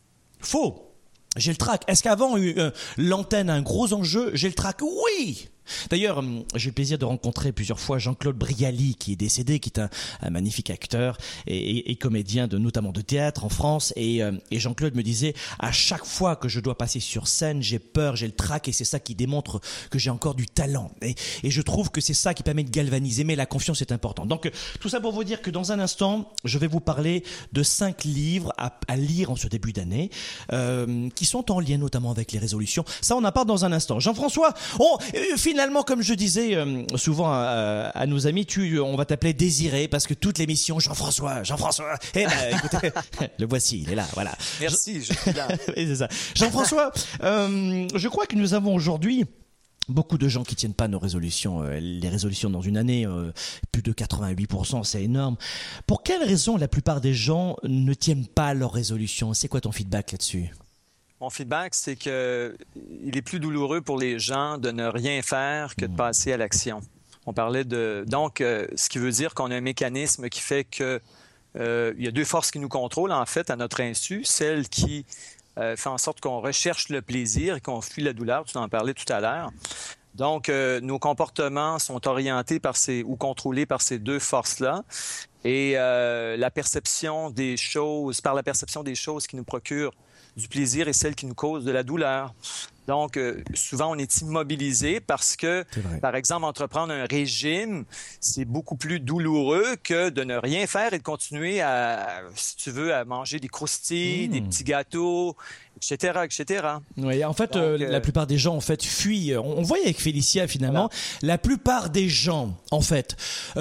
Faux. J'ai le trac. Est-ce qu'avant l'antenne a un gros enjeu, j'ai le trac ? Oui. D'ailleurs, j'ai eu le plaisir de rencontrer plusieurs fois Jean-Claude Brialy, qui est décédé, qui est un magnifique acteur et comédien notamment de théâtre en France. Et Jean-Claude me disait, à chaque fois que je dois passer sur scène, j'ai peur, j'ai le trac, et c'est ça qui démontre que j'ai encore du talent. Et je trouve que c'est ça qui permet de galvaniser, mais la confiance est importante. Donc, tout ça pour vous dire que dans un instant, je vais vous parler de 5 livres à lire en ce début d'année, qui sont en lien notamment avec les résolutions. Ça, on en parle dans un instant. Jean-François, finalement, comme je disais souvent à nos amis, on va t'appeler Désiré, parce que toute l'émission, Jean-François, eh ben, écoutez, le voici, il est là, voilà. Merci, je suis là. C'est ça. Jean-François, je crois que nous avons aujourd'hui beaucoup de gens qui tiennent pas nos résolutions. Les résolutions dans une année, plus de 88%, c'est énorme. Pour quelles raisons la plupart des gens ne tiennent pas leurs résolutions ? C'est quoi ton feedback là-dessus ? Mon feedback, c'est que il est plus douloureux pour les gens de ne rien faire que de passer à l'action. On parlait donc, ce qui veut dire qu'on a un mécanisme qui fait que il y a 2 forces qui nous contrôlent, en fait, à notre insu. Celle qui fait en sorte qu'on recherche le plaisir et qu'on fuit la douleur. Tu en parlais tout à l'heure. Donc, nos comportements sont orientés ou contrôlés par ces 2 forces-là. Et par la perception des choses qui nous procurent du plaisir et celles qui nous causent de la douleur. Donc, souvent, on est immobilisé parce que, par exemple, entreprendre un régime, c'est beaucoup plus douloureux que de ne rien faire et de continuer si tu veux, à manger des croustilles, des petits gâteaux, etc., etc. Oui, en fait, donc, la plupart des gens, en fait, fuient. On voyait avec Félicia, finalement, la plupart des gens, en fait,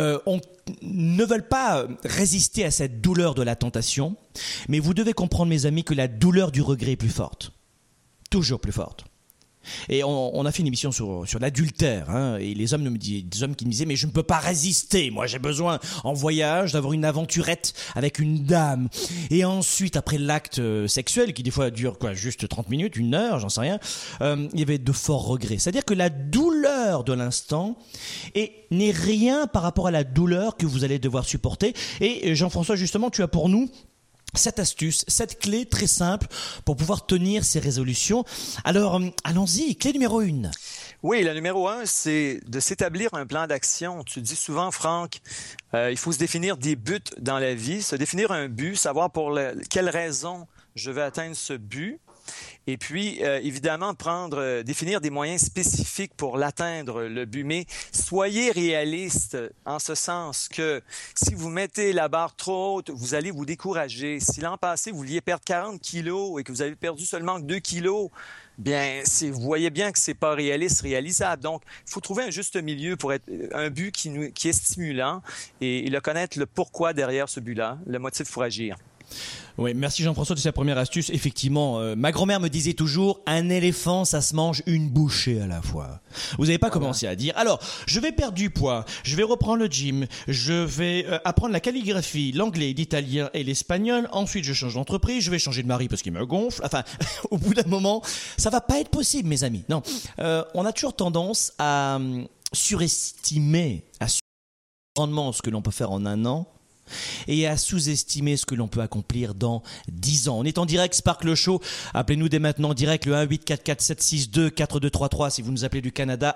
ne veulent pas résister à cette douleur de la tentation, mais vous devez comprendre, mes amis, que la douleur du regret est plus forte. Toujours plus forte. Et on a fait une émission sur l'adultère, hein, et des hommes qui me disaient, mais je ne peux pas résister, moi j'ai besoin en voyage d'avoir une aventurette avec une dame, et ensuite après l'acte sexuel qui des fois dure juste 30 minutes, 1 heure, j'en sais rien, il y avait de forts regrets. C'est-à-dire que la douleur de l'instant n'est rien par rapport à la douleur que vous allez devoir supporter. Et Jean-François, justement, tu as pour nous cette astuce, cette clé très simple pour pouvoir tenir ses résolutions. Alors, allons-y, clé numéro 1. Oui, la numéro 1, c'est de s'établir un plan d'action. Tu dis souvent, Franck, il faut se définir des buts dans la vie, se définir un but, savoir pour quelle raison je vais atteindre ce but. Et puis, évidemment, définir des moyens spécifiques pour l'atteindre, le but. Mais soyez réaliste en ce sens que si vous mettez la barre trop haute, vous allez vous décourager. Si l'an passé, vous vouliez perdre 40 kilos et que vous avez perdu seulement 2 kilos, bien, vous voyez bien que c'est pas réalisable. Donc, il faut trouver un juste milieu pour être un but qui est stimulant et le connaître le pourquoi derrière ce but-là, le motif pour agir. Oui, merci Jean-François de sa première astuce. Effectivement, ma grand-mère me disait toujours, un éléphant, ça se mange une bouchée à la fois. Vous n'avez pas commencé à dire, alors, je vais perdre du poids, je vais reprendre le gym, je vais apprendre la calligraphie, l'anglais, l'italien et l'espagnol, ensuite je change d'entreprise, je vais changer de mari parce qu'il me gonfle. Enfin, au bout d'un moment, ça va pas être possible, mes amis. Non, on a toujours tendance à surestimer grandement ce que l'on peut faire en un an, et à sous-estimer ce que l'on peut accomplir dans 10 ans. On est en direct, Sparkle Show. Appelez-nous dès maintenant en direct, le 1-844-762-4233. Si vous nous appelez du Canada,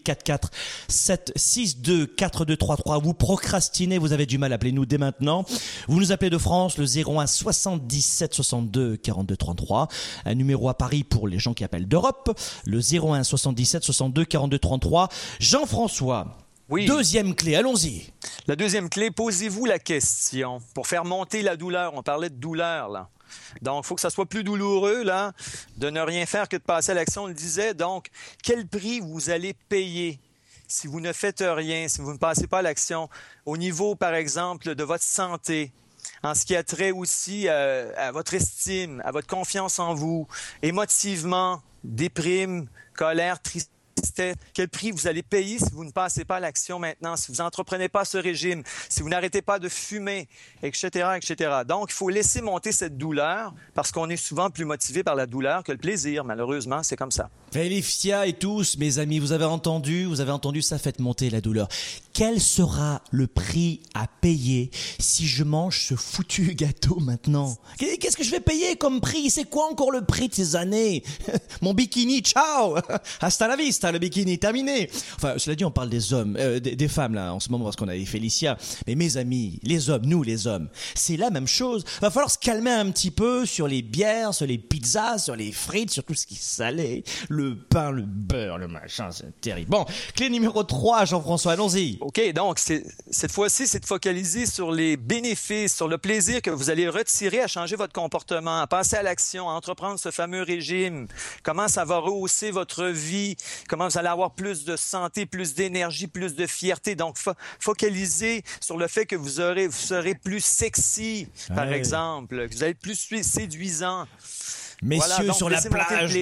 1-844-762-4233. Vous procrastinez, vous avez du mal, appelez-nous dès maintenant. Vous nous appelez de France, le 01 77 62 42 33. Un numéro à Paris pour les gens qui appellent d'Europe, le 01 77 62 42 33. Jean-François. Oui. Deuxième clé, allons-y. La deuxième clé, posez-vous la question pour faire monter la douleur. On parlait de douleur, là. Donc, il faut que ça soit plus douloureux, là, de ne rien faire que de passer à l'action, on le disait. Donc, quel prix vous allez payer si vous ne faites rien, si vous ne passez pas à l'action, au niveau, par exemple, de votre santé, en ce qui a trait aussi à votre estime, à votre confiance en vous, émotivement, déprime, colère, tristesse. Quel prix vous allez payer si vous ne passez pas à l'action maintenant, si vous n'entreprenez pas ce régime, si vous n'arrêtez pas de fumer, etc., etc. Donc, il faut laisser monter cette douleur parce qu'on est souvent plus motivé par la douleur que le plaisir. Malheureusement, c'est comme ça. Félicia et tous, mes amis, vous avez entendu, ça fait monter la douleur. Quel sera le prix à payer si je mange ce foutu gâteau maintenant? Qu'est-ce que je vais payer comme prix? C'est quoi encore le prix de ces années? Mon bikini, ciao! Hasta la vista, le bikini, terminé. Enfin, cela dit, on parle des hommes, des femmes là, en ce moment, parce qu'on avait Félicia. Mais mes amis, les hommes, nous les hommes, c'est la même chose. Va falloir se calmer un petit peu sur les bières, sur les pizzas, sur les frites, sur tout ce qui est salé. Le pain, le beurre, le machin, c'est terrible. Bon, clé numéro 3, Jean-François, allons-y. OK, donc cette fois-ci, c'est de focaliser sur les bénéfices, sur le plaisir que vous allez retirer à changer votre comportement, à passer à l'action, à entreprendre ce fameux régime, comment ça va rehausser votre vie, comment vous allez avoir plus de santé, plus d'énergie, plus de fierté. Donc, focaliser sur le fait que vous serez plus sexy, par exemple, que vous allez être plus séduisant. Messieurs, voilà, donc, sur la plage,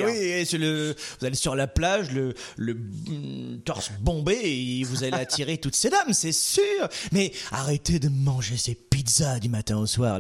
oui, vous allez sur la plage, le torse bombé, et vous allez attirer toutes ces dames, c'est sûr. Mais arrêtez de manger ces pizzas du matin au soir.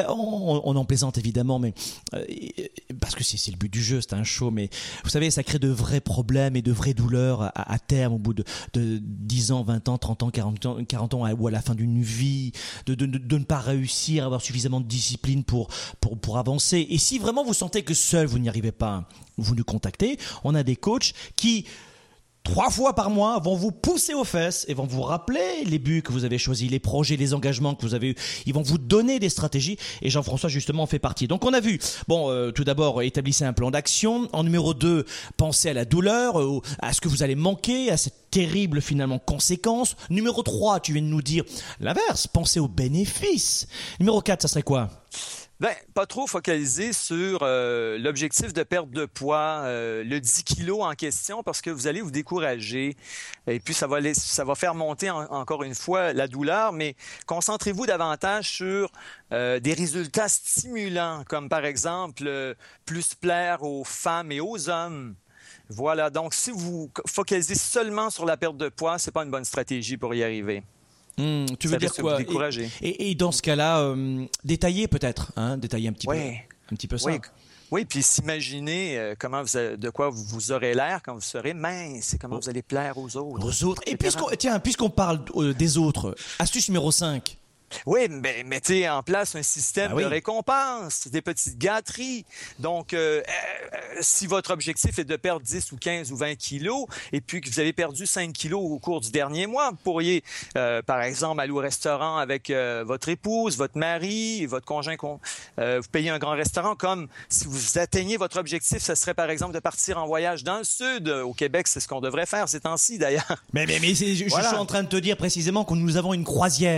On en plaisante évidemment, mais parce que c'est le but du jeu, c'est un show. Mais vous savez, ça crée de vrais problèmes et de vraies douleurs à terme, au bout de 10 ans, 20 ans, 30 ans, 40 ans, ou à la fin d'une vie, de ne pas réussir à avoir suffisamment de discipline pour avancer. Et si vraiment vous sentez que seul vous n'y arrivez pas, vous nous contactez. On a des coachs qui 3 fois par mois vont vous pousser aux fesses et vont vous rappeler les buts que vous avez choisis, les projets, les engagements que vous avez eus. Ils vont vous donner des stratégies et Jean-François justement en fait partie. Donc on a vu, tout d'abord établissez un plan d'action. En numéro 2, pensez à la douleur, à ce que vous allez manquer, à cette terrible finalement conséquence. Numéro 3, tu viens de nous dire l'inverse, pensez aux bénéfices. Numéro 4, ça serait quoi? Pas trop focaliser sur l'objectif de perte de poids, le 10 kilos en question, parce que vous allez vous décourager. Et puis, ça va faire monter encore une fois la douleur, mais concentrez-vous davantage sur des résultats stimulants, comme par exemple plus plaire aux femmes et aux hommes. Voilà, donc si vous focalisez seulement sur la perte de poids, c'est pas une bonne stratégie pour y arriver. Tu veux dire quoi? Et dans ce cas-là, détailler peut-être, détailler un petit peu ça. Oui, puis s'imaginer de quoi vous aurez l'air quand vous serez mince et comment vous allez plaire aux autres. Aux autres. Et puisqu'on parle des autres, astuce numéro 5. Oui, mais mettez en place un système de récompense, des petites gâteries. Donc, si votre objectif est de perdre 10 ou 15 ou 20 kilos et puis que vous avez perdu 5 kilos au cours du dernier mois, vous pourriez, par exemple, aller au restaurant avec votre épouse, votre mari, votre conjoint. Vous payez un grand restaurant comme si vous atteignez votre objectif, ce serait par exemple de partir en voyage dans le sud. Au Québec, c'est ce qu'on devrait faire ces temps-ci d'ailleurs. Mais je suis en train de te dire précisément que nous avons une croisière.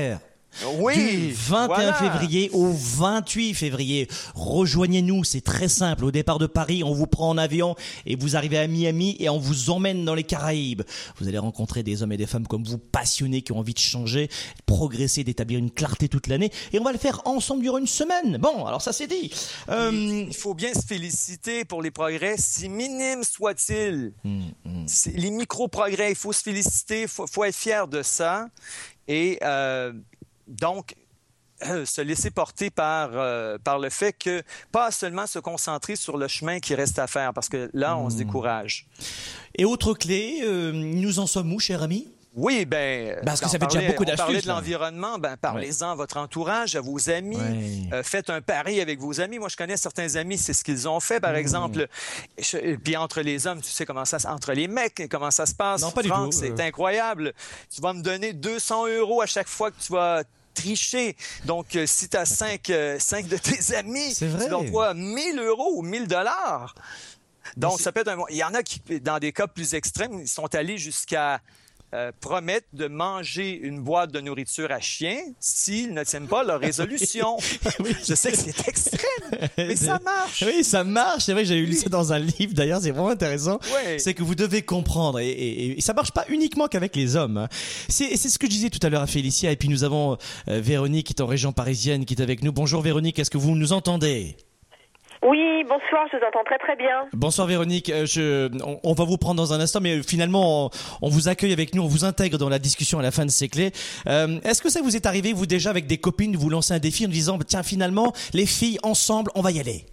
Oui, du 21 février au 28 février. Rejoignez-nous, c'est très simple. Au départ de Paris, on vous prend en avion et vous arrivez à Miami et on vous emmène dans les Caraïbes. Vous allez rencontrer des hommes et des femmes comme vous, passionnés, qui ont envie de changer, de progresser, d'établir une clarté toute l'année. Et on va le faire ensemble durant une semaine. Bon, alors ça c'est dit. Il faut bien se féliciter pour les progrès, si minimes soient-ils. C'est les micro-progrès, il faut se féliciter, il faut être fier de ça. Et donc, se laisser porter par le fait que pas seulement se concentrer sur le chemin qui reste à faire, parce que là, on se décourage. Et autre clé, nous en sommes où, cher ami? Oui, parce que ça fait déjà beaucoup d'astuces. On parlait de l'environnement, parlez-en à votre entourage, à vos amis. Ouais. Faites un pari avec vos amis. Moi, je connais certains amis, c'est ce qu'ils ont fait, par exemple. Puis entre les hommes, tu sais comment ça, entre les mecs, comment ça se passe. Non, pas Franck, du tout. C'est incroyable. Tu vas me donner 200 € à chaque fois que tu vas tricher. Donc, si tu as 5 de tes amis, tu leur dois 1 000 € ou 1 000 $. Donc, ça peut être il y en a qui, dans des cas plus extrêmes, ils sont allés jusqu'à promettent de manger une boîte de nourriture à chien s'ils ne tiennent pas leur résolution. Oui. Je sais que c'est extrême, mais ça marche. Oui, ça marche. C'est vrai que j'ai lu ça dans un livre, d'ailleurs, c'est vraiment intéressant. Oui. C'est que vous devez comprendre, et ça marche pas uniquement qu'avec les hommes. Hein. C'est ce que je disais tout à l'heure à Félicia, et puis nous avons Véronique qui est en région parisienne, qui est avec nous. Bonjour Véronique, est-ce que vous nous entendez ? Oui, bonsoir, je vous entends très très bien. Bonsoir Véronique, on va vous prendre dans un instant, mais finalement on vous accueille avec nous, on vous intègre dans la discussion à la fin de ces clés. Est-ce que ça vous est arrivé, vous déjà avec des copines, vous lancer un défi en disant tiens finalement les filles ensemble on va y aller?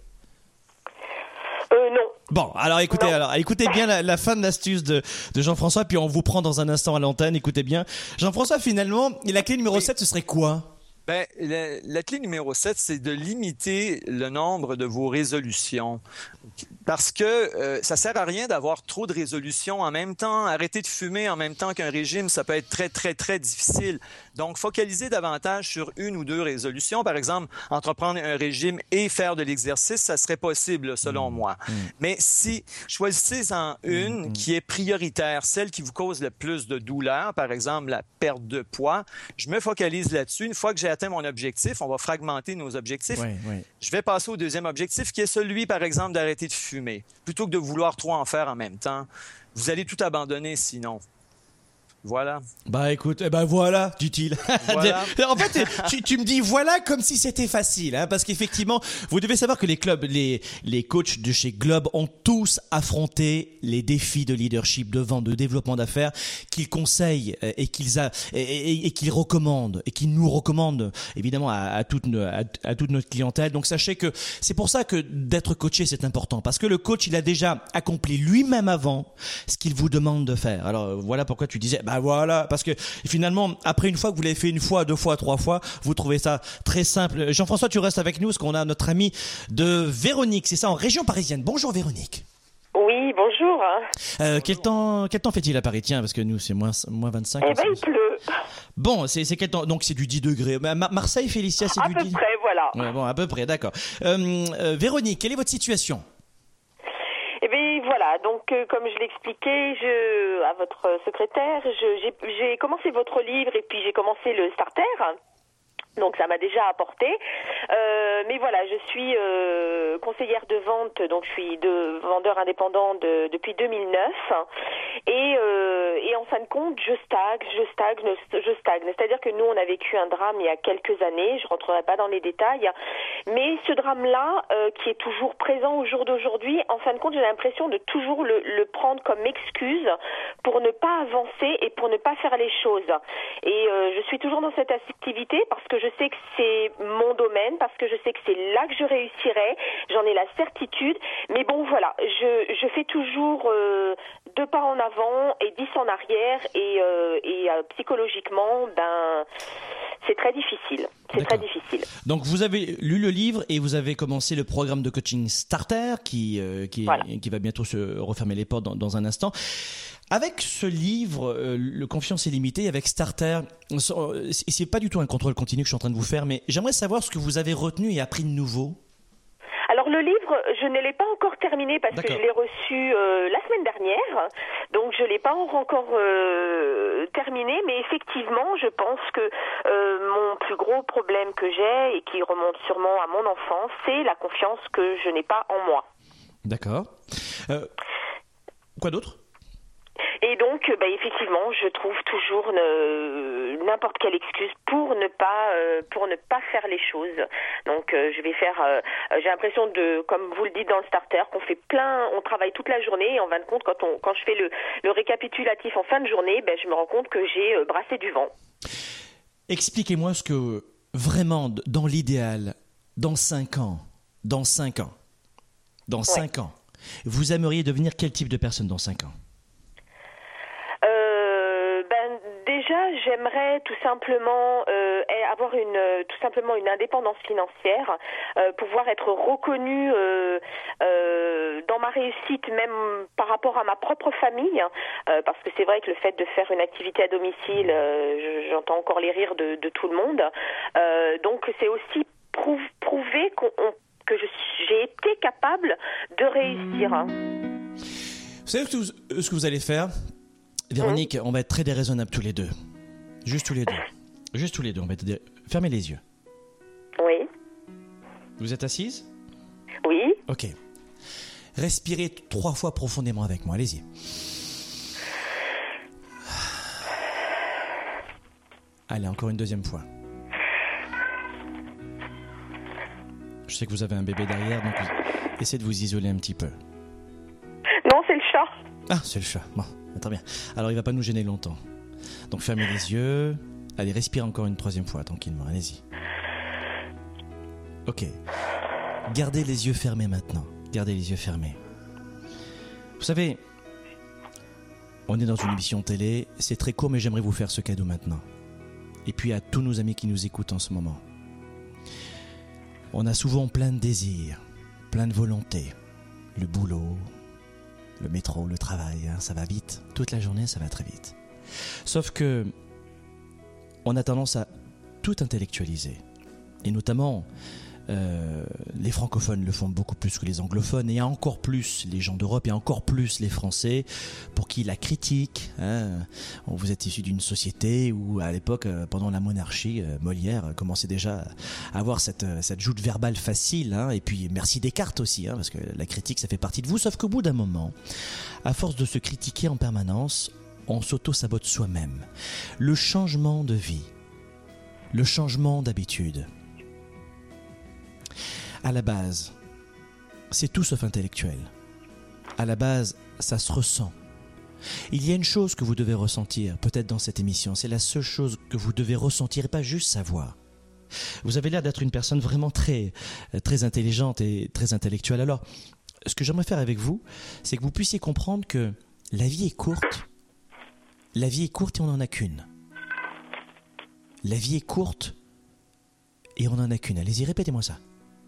Non. Bon, alors écoutez bien la fin de l'astuce de Jean-François, puis on vous prend dans un instant à l'antenne, écoutez bien. Jean-François, finalement, la clé numéro 7, ce serait quoi? La clé numéro 7, c'est de limiter le nombre de vos résolutions. Parce que ça sert à rien d'avoir trop de résolutions en même temps. Arrêter de fumer en même temps qu'un régime, ça peut être très, très, très difficile. Donc, focaliser davantage sur 1 ou 2 résolutions. Par exemple, entreprendre un régime et faire de l'exercice, ça serait possible, selon moi. Mais si choisissez-en une qui est prioritaire, celle qui vous cause le plus de douleur, par exemple, la perte de poids, je me focalise là-dessus. Une fois que j'ai atteint mon objectif, on va fragmenter nos objectifs. Oui. Je vais passer au deuxième objectif, qui est celui, par exemple, d'arrêter de fumer. Plutôt que de vouloir trop en faire en même temps, vous allez tout abandonner sinon. Voilà. Écoute, voilà, dit-il. Voilà. En fait, tu me dis voilà comme si c'était facile, hein, parce qu'effectivement, vous devez savoir que les clubs, les coachs de chez Globe ont tous affronté les défis de leadership, de vente, de développement d'affaires qu'ils conseillent et qu'ils recommandent et qu'ils nous recommandent évidemment à toute notre clientèle. Donc sachez que c'est pour ça que d'être coaché c'est important, parce que le coach il a déjà accompli lui-même avant ce qu'il vous demande de faire. Alors voilà pourquoi tu disais voilà, parce que finalement, après une fois que vous l'avez fait 1 fois, 2 fois, 3 fois, vous trouvez ça très simple. Jean-François, tu restes avec nous, parce qu'on a notre amie de Véronique, c'est ça, en région parisienne. Bonjour Véronique. Oui, bonjour. Quel temps fait-il à Paris? Tiens, parce que nous, c'est moins 25. Il pleut. Bon, c'est quel temps? Donc c'est du 10 degrés. Marseille, Félicia, c'est du 10? À peu près, voilà. Ouais, bon, à peu près, d'accord. Véronique, quelle est votre situation? Voilà, donc comme je l'expliquais à votre secrétaire, j'ai commencé votre livre et puis j'ai commencé le starter. Donc ça m'a déjà apporté. Mais voilà, je suis conseillère de vente, donc je suis vendeur indépendant depuis 2009. Et en fin de compte, je stagne. C'est-à-dire que nous, on a vécu un drame il y a quelques années, je ne rentrerai pas dans les détails, mais ce drame-là, qui est toujours présent au jour d'aujourd'hui, en fin de compte, j'ai l'impression de toujours le prendre comme excuse pour ne pas avancer et pour ne pas faire les choses. Et je suis toujours dans cette activité parce que je sais que c'est mon domaine, parce que je sais que c'est là que je réussirai, j'en ai la certitude, mais bon voilà, je fais toujours 2 pas en avant et 10 en arrière et psychologiquement, c'est très difficile. C'est très difficile. Donc vous avez lu le livre et vous avez commencé le programme de coaching Starter qui va bientôt se refermer les portes dans un instant. Avec ce livre, le Confiance illimitée, avec Starter, c'est pas du tout un contrôle continu que je suis en train de vous faire, mais j'aimerais savoir ce que vous avez retenu et appris de nouveau. Alors le le livre, je ne l'ai pas encore terminé parce que je l'ai reçu la semaine dernière, donc je l'ai pas encore terminé, mais effectivement, je pense que mon plus gros problème que j'ai et qui remonte sûrement à mon enfance, c'est la confiance que je n'ai pas en moi. D'accord. Quoi d'autre ? Et donc, effectivement, je trouve toujours n'importe quelle excuse pour ne pas faire les choses. Donc, je vais faire. J'ai l'impression comme vous le dites dans le starter, on travaille toute la journée et en fin de compte, quand je fais le récapitulatif en fin de journée, je me rends compte que j'ai brassé du vent. Expliquez-moi ce que vraiment, dans l'idéal, dans 5 ans, vous aimeriez devenir quel type de personne dans 5 ans ? Déjà, j'aimerais tout simplement avoir une indépendance financière, pouvoir être reconnue dans ma réussite, même par rapport à ma propre famille, parce que c'est vrai que le fait de faire une activité à domicile, j'entends encore les rires de tout le monde. Donc, c'est aussi prouver que j'ai été capable de réussir. Vous savez ce que vous allez faire ? Véronique, on va être très déraisonnables tous les deux. Juste tous les deux. On va être fermez les yeux. Oui. Vous êtes assise ? Oui. Ok. Respirez 3 fois profondément avec moi. Allez-y. Allez, encore une deuxième fois. Je sais que vous avez un bébé derrière, donc essayez de vous isoler un petit peu. Non, c'est le chat. Ah, c'est le chat. Bon, très bien. Alors, il va pas nous gêner longtemps. Donc, fermez les yeux. Allez, respirez encore une 3e fois, tranquillement. Allez-y. Ok. Gardez les yeux fermés maintenant. Gardez les yeux fermés. Vous savez, on est dans une émission télé. C'est très court, mais j'aimerais vous faire ce cadeau maintenant. Et puis, à tous nos amis qui nous écoutent en ce moment. On a souvent plein de désirs, plein de volontés. Le boulot, le métro, le travail, ça va vite. Toute la journée, ça va très vite. Sauf que on a tendance à tout intellectualiser. Et notamment, les francophones le font beaucoup plus que les anglophones, et encore plus les gens d'Europe, et encore plus les Français, pour qui la critique, vous êtes issu d'une société où à l'époque, pendant la monarchie, Molière commençait déjà à avoir cette joute verbale facile, et puis merci Descartes aussi, parce que la critique ça fait partie de vous, sauf qu'au bout d'un moment, à force de se critiquer en permanence, on s'auto-sabote soi-même. Le changement de vie, le changement d'habitude, à la base, c'est tout sauf intellectuel. À la base, ça se ressent. Il y a une chose que vous devez ressentir, peut-être dans cette émission, c'est la seule chose que vous devez ressentir et pas juste savoir. Vous avez l'air d'être une personne vraiment très, très intelligente et très intellectuelle. Alors, ce que j'aimerais faire avec vous, c'est que vous puissiez comprendre que la vie est courte. La vie est courte et on n'en a qu'une. La vie est courte et on n'en a qu'une. Allez-y, répétez-moi ça.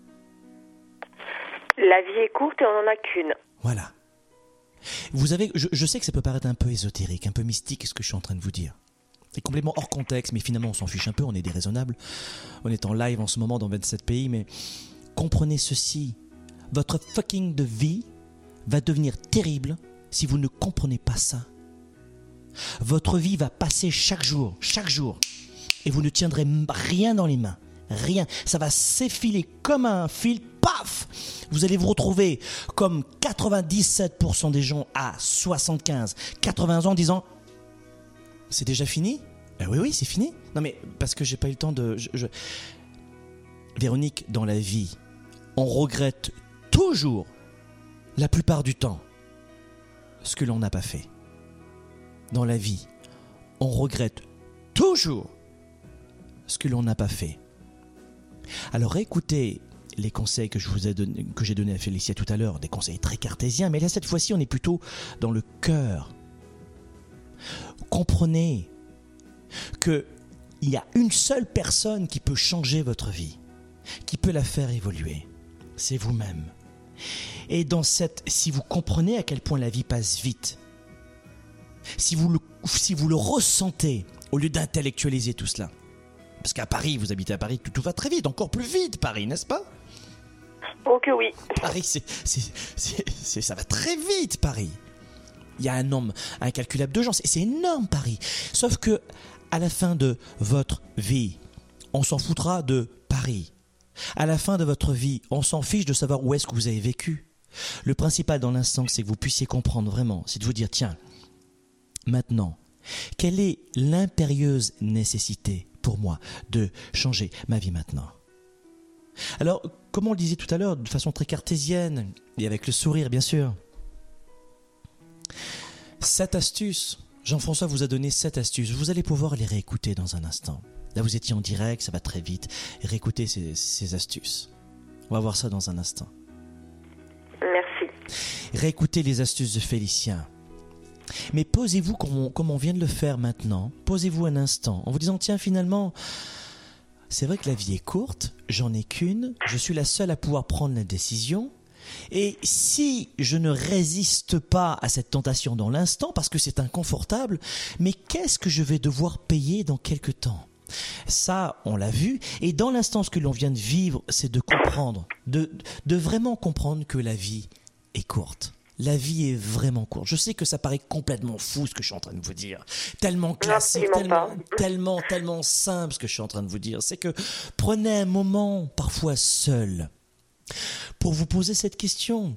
La vie est courte et on n'en a qu'une. Voilà. Vous avez, je sais que ça peut paraître un peu ésotérique, un peu mystique ce que je suis en train de vous dire. C'est complètement hors contexte, mais finalement on s'en fiche un peu, on est déraisonnable. On est en live en ce moment dans 27 pays, mais comprenez ceci. Votre fucking de vie va devenir terrible si vous ne comprenez pas ça. Votre vie va passer chaque jour, et vous ne tiendrez rien dans les mains. Rien. Ça va s'effiler comme un fil. Paf! Vous allez vous retrouver comme 97% des gens à 75, 80 ans disant « C'est déjà fini ?» Oui, c'est fini. Non mais parce que j'ai pas eu le temps de... Véronique, dans la vie, on regrette toujours, la plupart du temps, ce que l'on n'a pas fait. Dans la vie, on regrette toujours ce que l'on n'a pas fait. Alors écoutez les conseils que j'ai donnés à Félicia tout à l'heure, des conseils très cartésiens, mais là cette fois-ci on est plutôt dans le cœur. Comprenez qu'il y a une seule personne qui peut changer votre vie, qui peut la faire évoluer, c'est vous-même. Et si vous comprenez à quel point la vie passe vite, si vous le ressentez au lieu d'intellectualiser tout cela, parce qu'à Paris, vous habitez à Paris, tout va très vite, encore plus vite Paris, n'est-ce pas ? Oh que oui. Paris, ça va très vite, Paris. Il y a un nombre incalculable de gens. C'est énorme, Paris. Sauf que, à la fin de votre vie, on s'en foutra de Paris. À la fin de votre vie, on s'en fiche de savoir où est-ce que vous avez vécu. Le principal dans l'instant, c'est que vous puissiez comprendre vraiment. C'est de vous dire, tiens, maintenant, quelle est l'impérieuse nécessité pour moi de changer ma vie maintenant? Alors, comme on le disait tout à l'heure, de façon très cartésienne, et avec le sourire bien sûr, 7 astuces, Jean-François vous a donné 7 astuces, vous allez pouvoir les réécouter dans un instant. Là vous étiez en direct, ça va très vite, réécoutez ces astuces. On va voir ça dans un instant. Merci. Réécoutez les astuces de Félicien. Mais posez-vous comme on vient de le faire maintenant, posez-vous un instant en vous disant tiens finalement, c'est vrai que la vie est courte, j'en ai qu'une, je suis la seule à pouvoir prendre la décision et si je ne résiste pas à cette tentation dans l'instant parce que c'est inconfortable, mais qu'est-ce que je vais devoir payer dans quelque temps ? Ça, on l'a vu et dans l'instant ce que l'on vient de vivre, c'est de comprendre, de vraiment comprendre que la vie est courte. La vie est vraiment courte. Je sais que ça paraît complètement fou ce que je suis en train de vous dire. Tellement classique, tellement simple ce que je suis en train de vous dire. C'est que prenez un moment, parfois seul, pour vous poser cette question.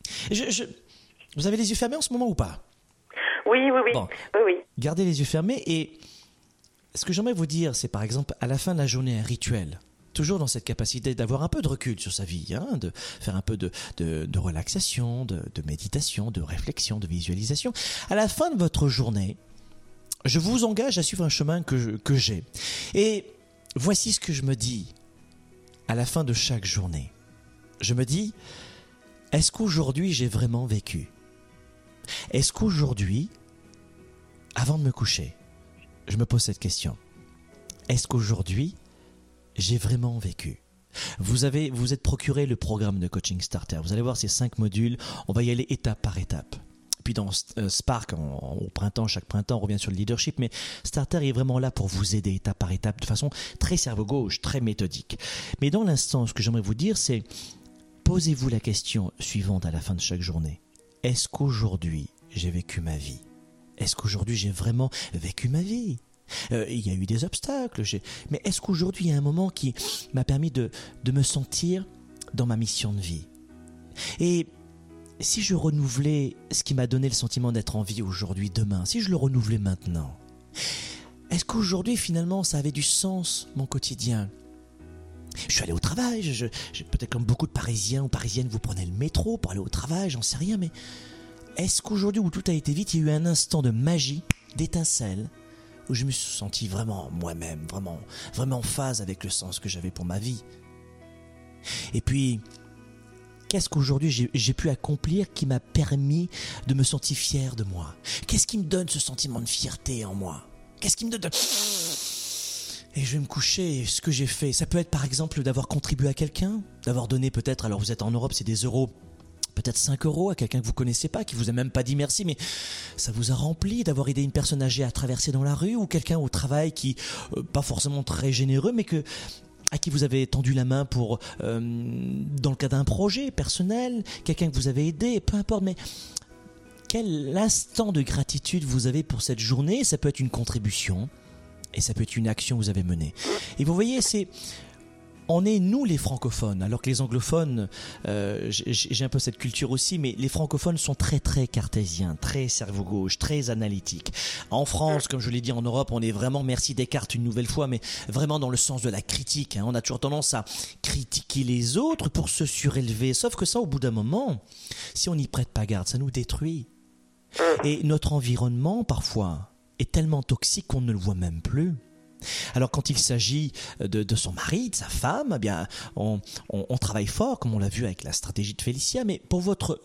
Vous avez les yeux fermés en ce moment ou pas ? Oui. Bon. Oui. Gardez les yeux fermés et ce que j'aimerais vous dire, c'est par exemple à la fin de la journée un rituel. Toujours dans cette capacité d'avoir un peu de recul sur sa vie, de faire un peu de relaxation, de méditation, de réflexion, de visualisation. À la fin de votre journée, je vous engage à suivre un chemin que j'ai. Et voici ce que je me dis à la fin de chaque journée. Je me dis, est-ce qu'aujourd'hui j'ai vraiment vécu ? Est-ce qu'aujourd'hui, avant de me coucher, je me pose cette question. Est-ce qu'aujourd'hui, j'ai vraiment vécu. Vous êtes procuré le programme de coaching Starter. Vous allez voir ces 5 modules. On va y aller étape par étape. Puis dans Spark, au printemps, chaque printemps, on revient sur le leadership. Mais Starter est vraiment là pour vous aider étape par étape, de façon très cerveau gauche, très méthodique. Mais dans l'instant, ce que j'aimerais vous dire, c'est posez-vous la question suivante à la fin de chaque journée. Est-ce qu'aujourd'hui, j'ai vécu ma vie ? Est-ce qu'aujourd'hui, j'ai vraiment vécu ma vie ? Il y a eu des obstacles, mais est-ce qu'aujourd'hui il y a un moment qui m'a permis de me sentir dans ma mission de vie ? Et si je renouvelais ce qui m'a donné le sentiment d'être en vie aujourd'hui, demain, si je le renouvelais maintenant, est-ce qu'aujourd'hui finalement ça avait du sens, mon quotidien ? Je suis allé au travail, peut-être comme beaucoup de Parisiens ou Parisiennes, vous prenez le métro pour aller au travail, j'en sais rien, mais est-ce qu'aujourd'hui où tout a été vite, il y a eu un instant de magie, d'étincelle, où je me suis senti vraiment moi-même, vraiment en phase avec le sens que j'avais pour ma vie. Et puis, qu'est-ce qu'aujourd'hui j'ai pu accomplir qui m'a permis de me sentir fier de moi ? Qu'est-ce qui me donne ce sentiment de fierté en moi ? Qu'est-ce qui me donne... Et je vais me coucher, ce que j'ai fait, ça peut être par exemple d'avoir contribué à quelqu'un, d'avoir donné peut-être, alors vous êtes en Europe, c'est des euros, peut-être 5 € à quelqu'un que vous connaissez pas, qui vous a même pas dit merci, mais ça vous a rempli d'avoir aidé une personne âgée à traverser dans la rue, ou quelqu'un au travail qui, pas forcément très généreux, mais à qui vous avez tendu la main pour, dans le cas d'un projet personnel, quelqu'un que vous avez aidé, peu importe, mais quel instant de gratitude vous avez pour cette journée ? Ça peut être une contribution, et ça peut être une action que vous avez menée. Et vous voyez, on est nous les francophones, alors que les anglophones, j'ai un peu cette culture aussi, mais les francophones sont très très cartésiens, très cerveau gauche, très analytiques. En France, comme je l'ai dit, en Europe, on est vraiment, merci Descartes une nouvelle fois, mais vraiment dans le sens de la critique. On a toujours tendance à critiquer les autres pour se surélever, sauf que ça, au bout d'un moment, si on n'y prête pas garde, ça nous détruit. Et notre environnement, parfois, est tellement toxique qu'on ne le voit même plus. Alors quand il s'agit de son mari, de sa femme, eh bien, on travaille fort, comme on l'a vu avec la stratégie de Félicia, mais pour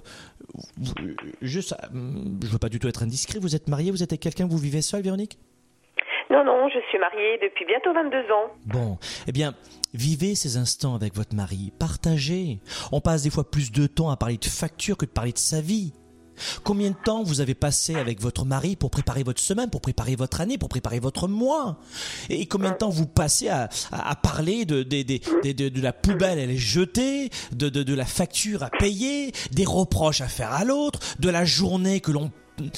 je ne veux pas du tout être indiscret, vous êtes marié, vous êtes avec quelqu'un, vous vivez seul, Véronique ? Non, je suis mariée depuis bientôt 22 ans. Bon, eh bien, vivez ces instants avec votre mari, partagez. On passe des fois plus de temps à parler de factures que de parler de sa vie. Combien de temps vous avez passé avec votre mari pour préparer votre semaine, pour préparer votre année, pour préparer votre mois? Et combien de temps vous passez à parler de la poubelle à les jeter, de la facture à payer, des reproches à faire à l'autre, de la journée que l'on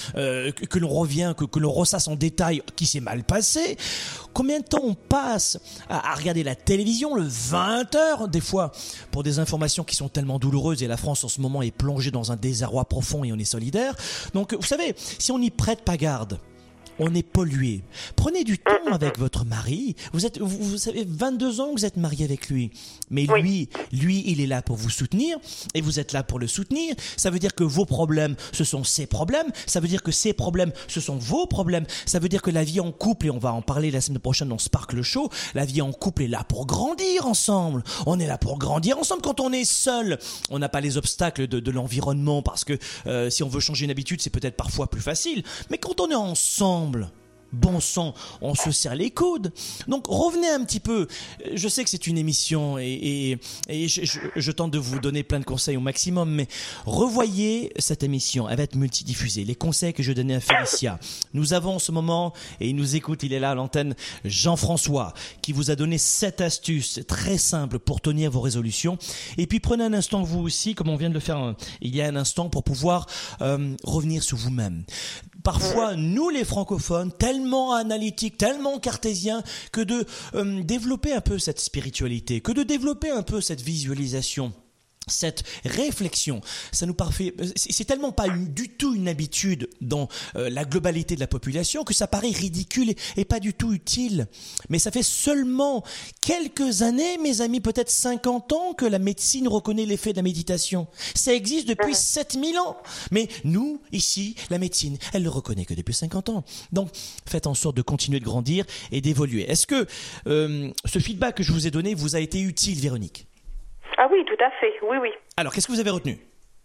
revient, que l'on ressasse en détail qui s'est mal passé? Combien de temps on passe à regarder la télévision le 20h des fois pour des informations qui sont tellement douloureuses, et la France en ce moment est plongée dans un désarroi profond et on est solidaire. Donc vous savez, si on n'y prête pas garde, on est pollué. Prenez du temps avec votre mari. Vous savez, 22 ans que vous êtes marié avec lui. Mais lui, il est là pour vous soutenir et vous êtes là pour le soutenir. Ça veut dire que vos problèmes, ce sont ses problèmes. Ça veut dire que ses problèmes, ce sont vos problèmes. Ça veut dire que la vie en couple, et on va en parler la semaine prochaine dans Spark le Show, la vie en couple est là pour grandir ensemble. On est là pour grandir ensemble. Quand on est seul, on n'a pas les obstacles de l'environnement, parce que si on veut changer une habitude, c'est peut-être parfois plus facile. Mais quand on est ensemble, bon sang, on se serre les coudes. Donc revenez un petit peu. Je sais que c'est une émission et je tente de vous donner plein de conseils au maximum, mais revoyez cette émission. Elle va être multidiffusée. Les conseils que je donnais à Félicia. Nous avons en ce moment, et il nous écoute, il est là à l'antenne, Jean-François, qui vous a donné 7 astuces très simples pour tenir vos résolutions. Et puis prenez un instant vous aussi, comme on vient de le faire il y a un instant, pour pouvoir revenir sur vous-même. Parfois, nous les francophones, tellement analytiques, tellement cartésiens, que de développer un peu cette spiritualité, que de développer un peu cette visualisation, cette réflexion, ça nous parfait. C'est tellement pas du tout une habitude dans la globalité de la population que ça paraît ridicule et pas du tout utile. Mais ça fait seulement quelques années, mes amis, peut-être 50 ans, que la médecine reconnaît l'effet de la méditation. Ça existe depuis 7000 ans. Mais nous, ici, la médecine, elle le reconnaît que depuis 50 ans. Donc, faites en sorte de continuer de grandir et d'évoluer. Est-ce que ce feedback que je vous ai donné vous a été utile, Véronique ? Ah oui, tout à fait, oui. Alors, qu'est-ce que vous avez retenu?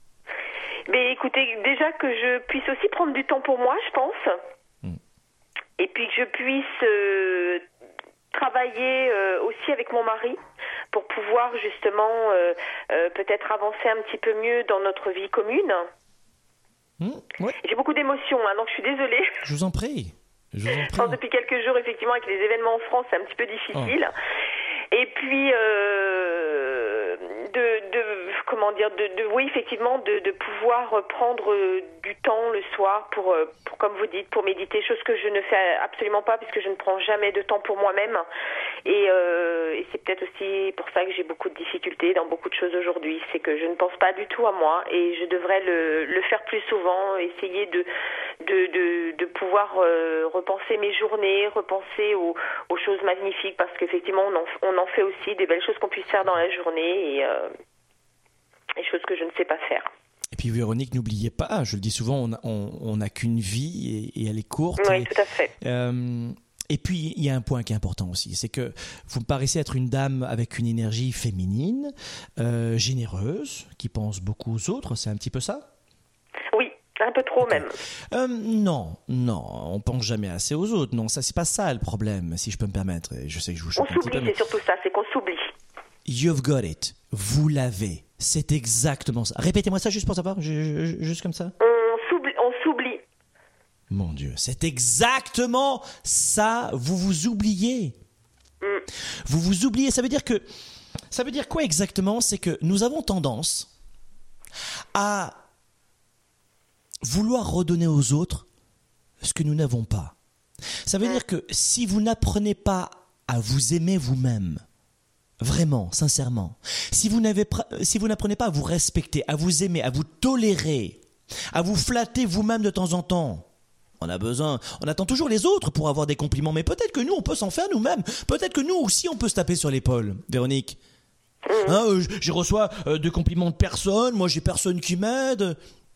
Mais écoutez, déjà que je puisse aussi prendre du temps pour moi, je pense. Et puis que je puisse travailler aussi avec mon mari pour pouvoir justement peut-être avancer un petit peu mieux dans notre vie commune. Ouais. J'ai beaucoup d'émotions, donc je suis désolée. Je vous en prie. Je pense depuis quelques jours, effectivement, avec les événements en France, c'est un petit peu difficile. Et puis, oui, effectivement, de pouvoir prendre du temps le soir pour, comme vous dites, pour méditer, chose que je ne fais absolument pas puisque je ne prends jamais de temps pour moi-même. Et c'est peut-être aussi pour ça que j'ai beaucoup de difficultés dans beaucoup de choses aujourd'hui. C'est que je ne pense pas du tout à moi et je devrais le faire plus souvent, essayer de pouvoir repenser mes journées, repenser aux choses magnifiques, parce qu'effectivement on en fait aussi des belles choses qu'on puisse faire dans la journée et choses que je ne sais pas faire. Et puis Véronique, n'oubliez pas, je le dis souvent, on n'a qu'une vie et elle est courte. Oui, tout à fait. Et puis, il y a un point qui est important aussi, c'est que vous me paraissez être une dame avec une énergie féminine, généreuse, qui pense beaucoup aux autres, c'est un petit peu ça ? Oui, un peu trop même. Non, on pense jamais assez aux autres. Non, ça c'est pas ça le problème, si je peux me permettre. Je sais que je vous choque un petit peu. On s'oublie, c'est surtout ça, c'est qu'on s'oublie. You've got it. Vous l'avez. C'est exactement ça. Répétez-moi ça juste pour savoir, juste comme ça. On s'oublie. Mon Dieu, c'est exactement ça. Vous vous oubliez. Vous vous oubliez. Ça veut dire quoi exactement? C'est que nous avons tendance à vouloir redonner aux autres ce que nous n'avons pas. Ça veut dire que si vous n'apprenez pas à vous aimer vous-même, vraiment, sincèrement, si vous n'apprenez pas à vous respecter, à vous aimer, à vous tolérer, à vous flatter vous-même de temps en temps, on attend toujours les autres pour avoir des compliments, mais peut-être que nous, on peut s'en faire nous-mêmes. Peut-être que nous aussi, on peut se taper sur l'épaule, Véronique. Je reçois de compliments de personne, moi j'ai personne qui m'aide.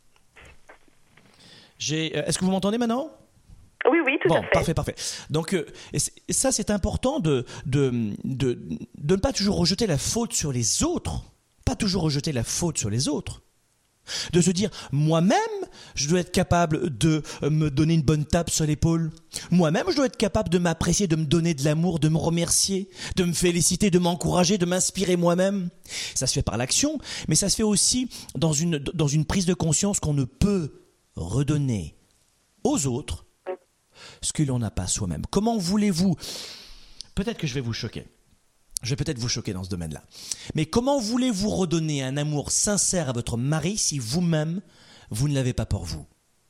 Est-ce que vous m'entendez maintenant ? Oui, tout à fait. Parfait. Donc, ça, c'est important de ne pas toujours rejeter la faute sur les autres. Pas toujours rejeter la faute sur les autres. De se dire, moi-même, je dois être capable de me donner une bonne tape sur l'épaule. Moi-même, je dois être capable de m'apprécier, de me donner de l'amour, de me remercier, de me féliciter, de m'encourager, de m'inspirer moi-même. Ça se fait par l'action, mais ça se fait aussi dans une prise de conscience qu'on ne peut redonner aux autres ce que l'on n'a pas soi-même? Comment voulez-vous... Peut-être que je vais vous choquer. Je vais peut-être vous choquer dans ce domaine-là. Mais comment voulez-vous redonner un amour sincère à votre mari si vous-même, vous ne l'avez pas pour vous?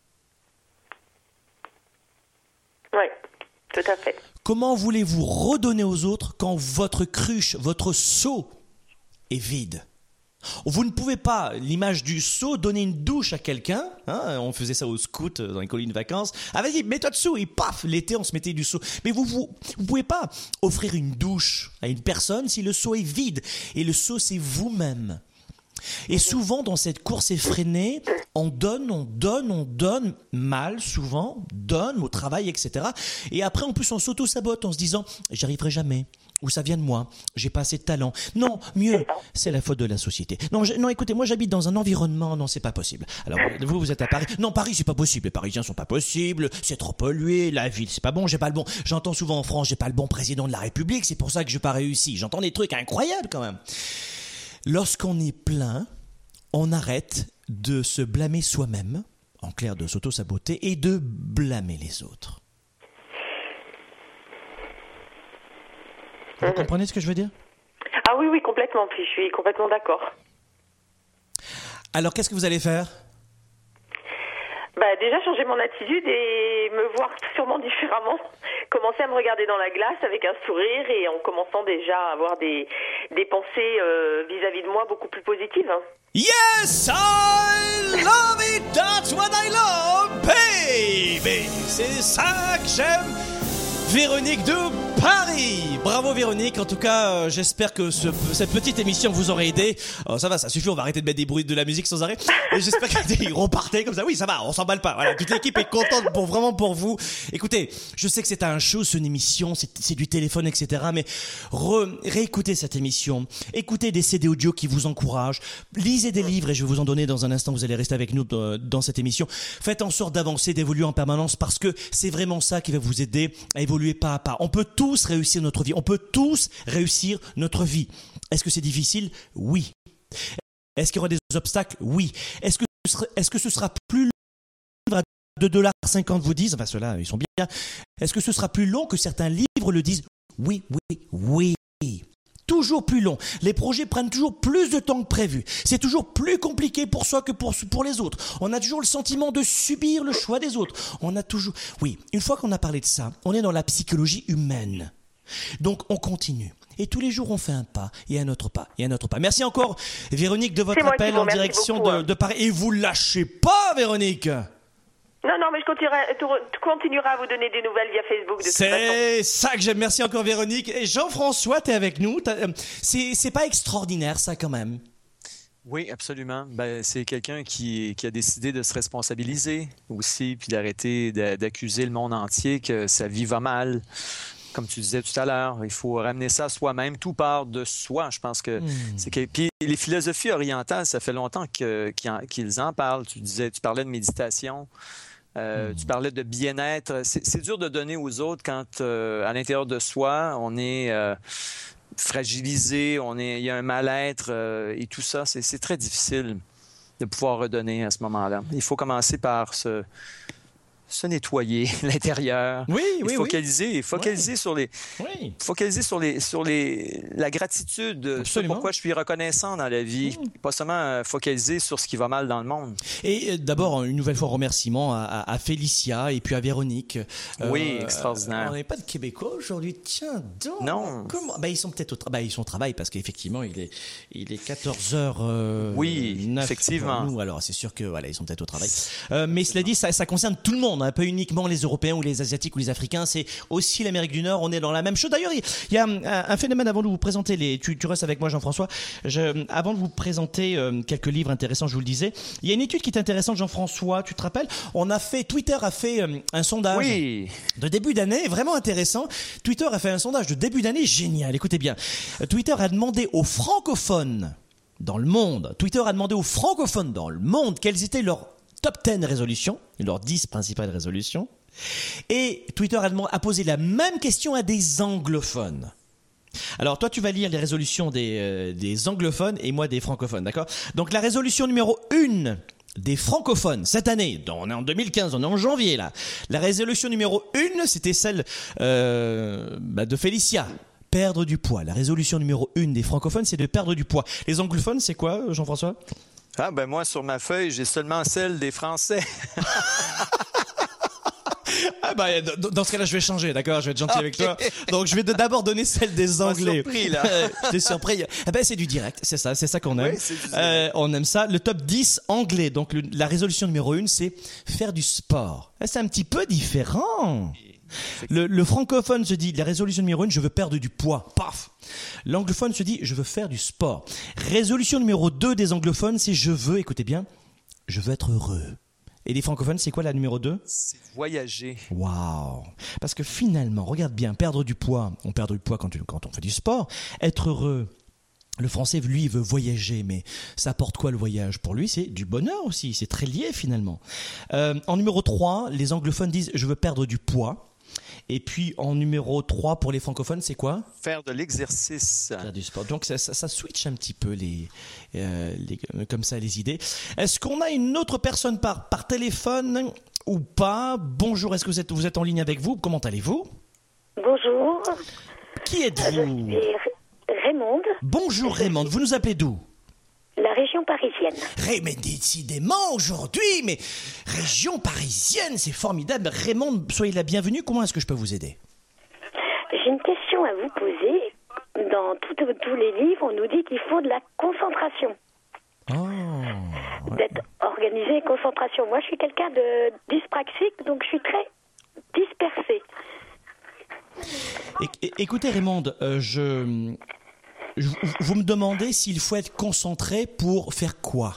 Oui, tout à fait. Comment voulez-vous redonner aux autres quand votre cruche, votre seau est vide? Vous ne pouvez pas, l'image du seau, donner une douche à quelqu'un. Hein, on faisait ça au scout dans les colonies de vacances. Ah vas-y, mets-toi dessous et paf, l'été on se mettait du seau. Mais vous pouvez pas offrir une douche à une personne si le seau est vide. Et le seau c'est vous-même. Et souvent dans cette course effrénée, on donne mal souvent, donne au travail, etc. Et après en plus on s'auto-sabote en se disant j'y arriverai jamais. Ou ça vient de moi, j'ai pas assez de talent. Non, mieux, c'est la faute de la société. Non, écoutez, moi j'habite dans un environnement, non, c'est pas possible. Alors vous êtes à Paris. Non, Paris c'est pas possible, les Parisiens sont pas possibles, c'est trop pollué, la ville c'est pas bon, j'ai pas le bon. J'entends souvent en France, j'ai pas le bon président de la République, c'est pour ça que j'ai pas réussi. J'entends des trucs incroyables quand même. Lorsqu'on est plein, on arrête de se blâmer soi-même, en clair de s'auto-saboter, et de blâmer les autres. Vous comprenez ce que je veux dire? Ah oui, complètement. Puis je suis complètement d'accord. Alors, qu'est-ce que vous allez faire? Déjà changer mon attitude et me voir sûrement différemment. Commencer à me regarder dans la glace avec un sourire et en commençant déjà à avoir des pensées vis-à-vis de moi beaucoup plus positives. Yes, I love it, that's what I love, baby. C'est ça que j'aime. Véronique de Paris. Bravo Véronique, en tout cas j'espère que cette petite émission vous aura aidé. Ça va, ça suffit, on va arrêter de mettre des bruits de la musique sans arrêt. Et j'espère qu'ils repartaient comme ça. Oui, ça va, on s'emballe pas. Voilà, toute l'équipe est contente vraiment pour vous. Écoutez, je sais que c'est un show, c'est une émission, c'est du téléphone, etc. Mais réécoutez cette émission, écoutez des CD audio qui vous encouragent, lisez des livres et je vais vous en donner dans un instant, vous allez rester avec nous dans cette émission. Faites en sorte d'avancer, d'évoluer en permanence parce que c'est vraiment ça qui va vous aider à évoluer pas à pas. On peut tous réussir notre vie. On peut tous réussir notre vie. Est-ce que c'est difficile? Oui. Est-ce qu'il y aura des obstacles? Oui. Est-ce que ce sera plus long de $2,50 vous disent? Enfin, ceux-là, ils sont bien. Est-ce que ce sera plus long que certains livres le disent? Oui. Toujours plus long. Les projets prennent toujours plus de temps que prévu. C'est toujours plus compliqué pour soi que pour les autres. On a toujours le sentiment de subir le choix des autres. Oui, une fois qu'on a parlé de ça, on est dans la psychologie humaine. Donc on continue. Et tous les jours, on fait un pas, et un autre pas, et un autre pas. Merci encore, Véronique, de votre appel en direction de Paris. Et vous lâchez pas, Véronique! Non, mais je continuerai à vous donner des nouvelles via Facebook de toute façon. C'est ça que j'aime. Merci encore Véronique. Et Jean-François, t'es avec nous. C'est pas extraordinaire ça quand même? Oui, absolument. C'est quelqu'un qui a décidé de se responsabiliser aussi, puis d'arrêter d'accuser le monde entier que sa vie va mal. Comme tu disais tout à l'heure, il faut ramener ça à soi-même. Tout part de soi. Je pense que Puis les philosophies orientales, ça fait longtemps qu'ils en parlent. Tu parlais de méditation. Tu parlais de bien-être. C'est dur de donner aux autres quand, à l'intérieur de soi, on est fragilisé, il y a un mal-être et tout ça. C'est très difficile de pouvoir redonner à ce moment-là. Il faut commencer par se nettoyer l'intérieur. Focaliser sur la gratitude, sur pourquoi je suis reconnaissant dans la vie, pas seulement focaliser sur ce qui va mal dans le monde. Et d'abord, une nouvelle fois, remerciement à Félicia et puis à Véronique. Oui, extraordinaire. On n'est pas de Québécois aujourd'hui. Tiens donc. Non. Comment? Ils sont peut-être ils sont au travail parce qu'effectivement, il est 14h09. Oui, effectivement. Pour nous. Alors, c'est sûr que ils sont peut-être au travail. Mais cela dit, ça concerne tout le monde. Pas uniquement les Européens ou les Asiatiques ou les Africains, c'est aussi l'Amérique du Nord, on est dans la même chose. D'ailleurs, il y a un phénomène avant de vous présenter, tu restes avec moi Jean-François, avant de vous présenter quelques livres intéressants, je vous le disais, il y a une étude qui est intéressante Jean-François, tu te rappelles? Twitter a fait un sondage de début d'année, vraiment intéressant. Twitter a fait un sondage de début d'année, génial, écoutez bien. Twitter a demandé aux francophones dans le monde, quelles étaient leurs top 10 résolutions, leurs 10 principales résolutions. Et Twitter a posé la même question à des anglophones. Alors toi, tu vas lire les résolutions des anglophones et moi des francophones, d'accord? Donc la résolution numéro 1 des francophones cette année, on est en 2015, on est en janvier là. La résolution numéro 1, c'était celle de Félicia. Perdre du poids. La résolution numéro 1 des francophones, c'est de perdre du poids. Les anglophones, c'est quoi, Jean-François? Ah ben moi, sur ma feuille, j'ai seulement celle des Français. Ah bah, dans ce cas-là, je vais changer, d'accord? Je vais être gentil avec toi. Donc, je vais d'abord donner celle des Anglais. Surpris, là. J'étais surpris. Ah ben, c'est du direct, c'est ça qu'on aime. Oui, c'est du direct. On aime ça. Le top 10 anglais. Donc, la résolution numéro 1, c'est faire du sport. C'est un petit peu différent. Le francophone se dit, la résolution numéro 1, je veux perdre du poids. Paf! L'anglophone se dit, je veux faire du sport. Résolution numéro 2 des anglophones, c'est écoutez bien, je veux être heureux. Et les francophones, c'est quoi la numéro 2? C'est voyager. Waouh! Parce que finalement, regarde bien, perdre du poids, on perd du poids quand on fait du sport. Être heureux, le français, lui, il veut voyager, mais ça apporte quoi le voyage? Pour lui, c'est du bonheur aussi, c'est très lié finalement. En numéro 3, les anglophones disent, je veux perdre du poids. Et puis en numéro 3 pour les francophones, c'est quoi? Faire de l'exercice. Faire du sport. Donc ça switch un petit peu comme ça les idées. Est-ce qu'on a une autre personne par téléphone ou pas? Bonjour, est-ce que vous êtes en ligne avec vous? Comment allez-vous? Bonjour. Qui êtes-vous? Je suis Raymonde. Bonjour Raymonde, vous nous appelez d'où? La région parisienne. Mais décidément aujourd'hui, mais région parisienne, c'est formidable. Raymonde, soyez la bienvenue. Comment est-ce que je peux vous aider? J'ai une question à vous poser. Dans tous les livres, on nous dit qu'il faut de la concentration. D'être organisé, concentration. Moi, je suis quelqu'un de dyspraxique, donc je suis très dispersée. Écoutez Raymonde, vous me demandez s'il faut être concentré pour faire quoi?